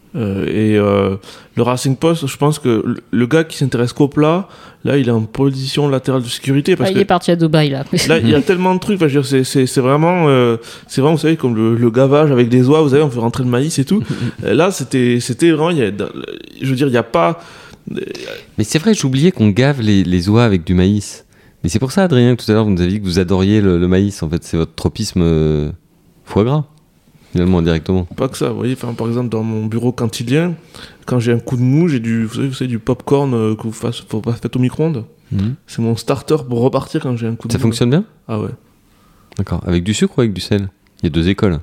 Euh, et euh, le Racing Post, je pense que le, le gars qui s'intéresse qu'au plat, là, il est en position latérale de sécurité. Parce Ah, il que est parti à Dubaï, là. là, il y a tellement de trucs. Enfin, je veux dire, c'est, c'est, c'est vraiment, euh, c'est vraiment, vous savez, comme le, le gavage avec des oies, vous savez, on fait rentrer le maïs et tout. Euh, là, c'était, c'était vraiment, il y a, je veux dire, il n'y a pas. Mais c'est vrai, j'oubliais qu'on gave les, les oies avec du maïs. Mais c'est pour ça, Adrien, que tout à l'heure, vous nous avez dit que vous adoriez le, le maïs. En fait, c'est votre tropisme euh, foie gras, finalement, directement. Pas que ça, vous voyez. Enfin, par exemple, dans mon bureau cantilien, quand j'ai un coup de mou, j'ai du, vous savez, vous savez, du popcorn euh, que vous fassiez, faut pas faire au micro-ondes. Mmh. C'est mon starter pour repartir quand j'ai un coup de ça mou. Ça fonctionne bien ? Ah ouais. D'accord. Avec du sucre ou avec du sel ? Il y a deux écoles.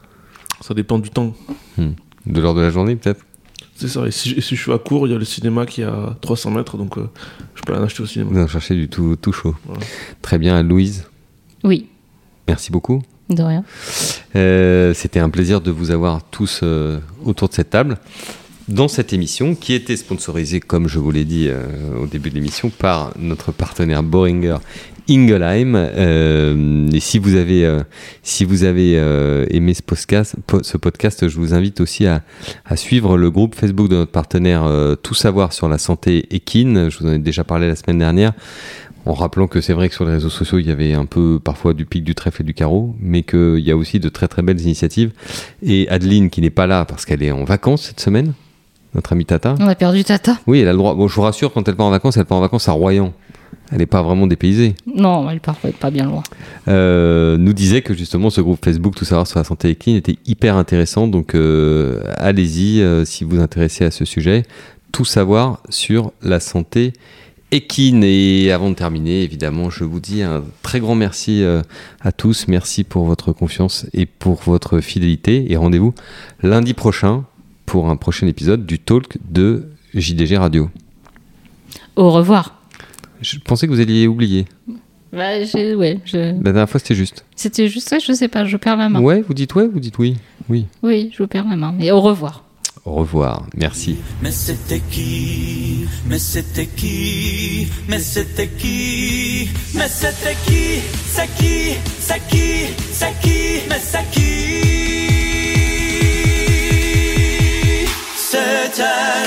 Ça dépend du temps. Mmh. De l'heure de la journée, peut-être ? C'est ça, et si, et si je suis à Cours, il y a le cinéma qui est à trois cents mètres, donc euh, je peux aller en acheter au cinéma. Vous allez chercher du tout, tout chaud. Voilà. Très bien, Louise. Oui. Merci beaucoup. De rien. Euh, c'était un plaisir de vous avoir tous euh, autour de cette table dans cette émission qui était sponsorisée, comme je vous l'ai dit euh, au début de l'émission, par notre partenaire Boehringer Ingelheim. Euh, et si vous avez, euh, si vous avez euh, aimé ce podcast, po- ce podcast, je vous invite aussi à, à suivre le groupe Facebook de notre partenaire euh, Tout savoir sur la santé équine. Je vous en ai déjà parlé la semaine dernière. En rappelant que c'est vrai que sur les réseaux sociaux, il y avait un peu parfois du pic, du trèfle et du carreau, mais qu'il y a aussi de très très belles initiatives. Et Adeline, qui n'est pas là parce qu'elle est en vacances cette semaine, notre amie Tata. On a perdu Tata. Oui, elle a le droit. Bon, je vous rassure, quand elle part en vacances, elle part en vacances à Royan. Elle n'est pas vraiment dépaysée. Non, elle part pas bien loin. Euh, nous disait que justement ce groupe Facebook Tout savoir sur la santé équine était hyper intéressant. Donc euh, allez-y euh, si vous vous intéressez à ce sujet. Tout savoir sur la santé équine. Équine. Et avant de terminer, évidemment, je vous dis un très grand merci euh, à tous. Merci pour votre confiance et pour votre fidélité. Et rendez-vous lundi prochain pour un prochain épisode du Talk de J D G Radio. Au revoir. Je pensais que vous alliez oublier. Bah, j'ai, ouais, je... La dernière fois, c'était juste. C'était juste ça, je sais pas, je perds la main. Ouais, vous dites ouais, vous dites oui. Oui. Oui, je perds la main, mais au revoir. Au revoir, merci. Mais c'était qui? Mais c'était qui? Mais c'était qui? Mais c'était qui? C'est qui? C'est qui? C'est qui? Mais c'est qui? C'était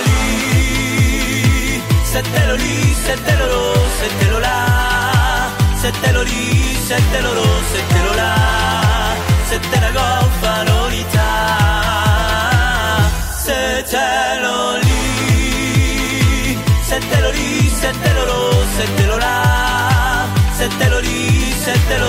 Loli. C'était Loli, c'était Lolo, c'était Lola. C'était Loli, c'était Lolo, c'était Lola. C'était la goffa Lolita. C'était Loli, c'était Loli, c'était Lolo, c'était Lola, c'était Loli, c'était Lolo.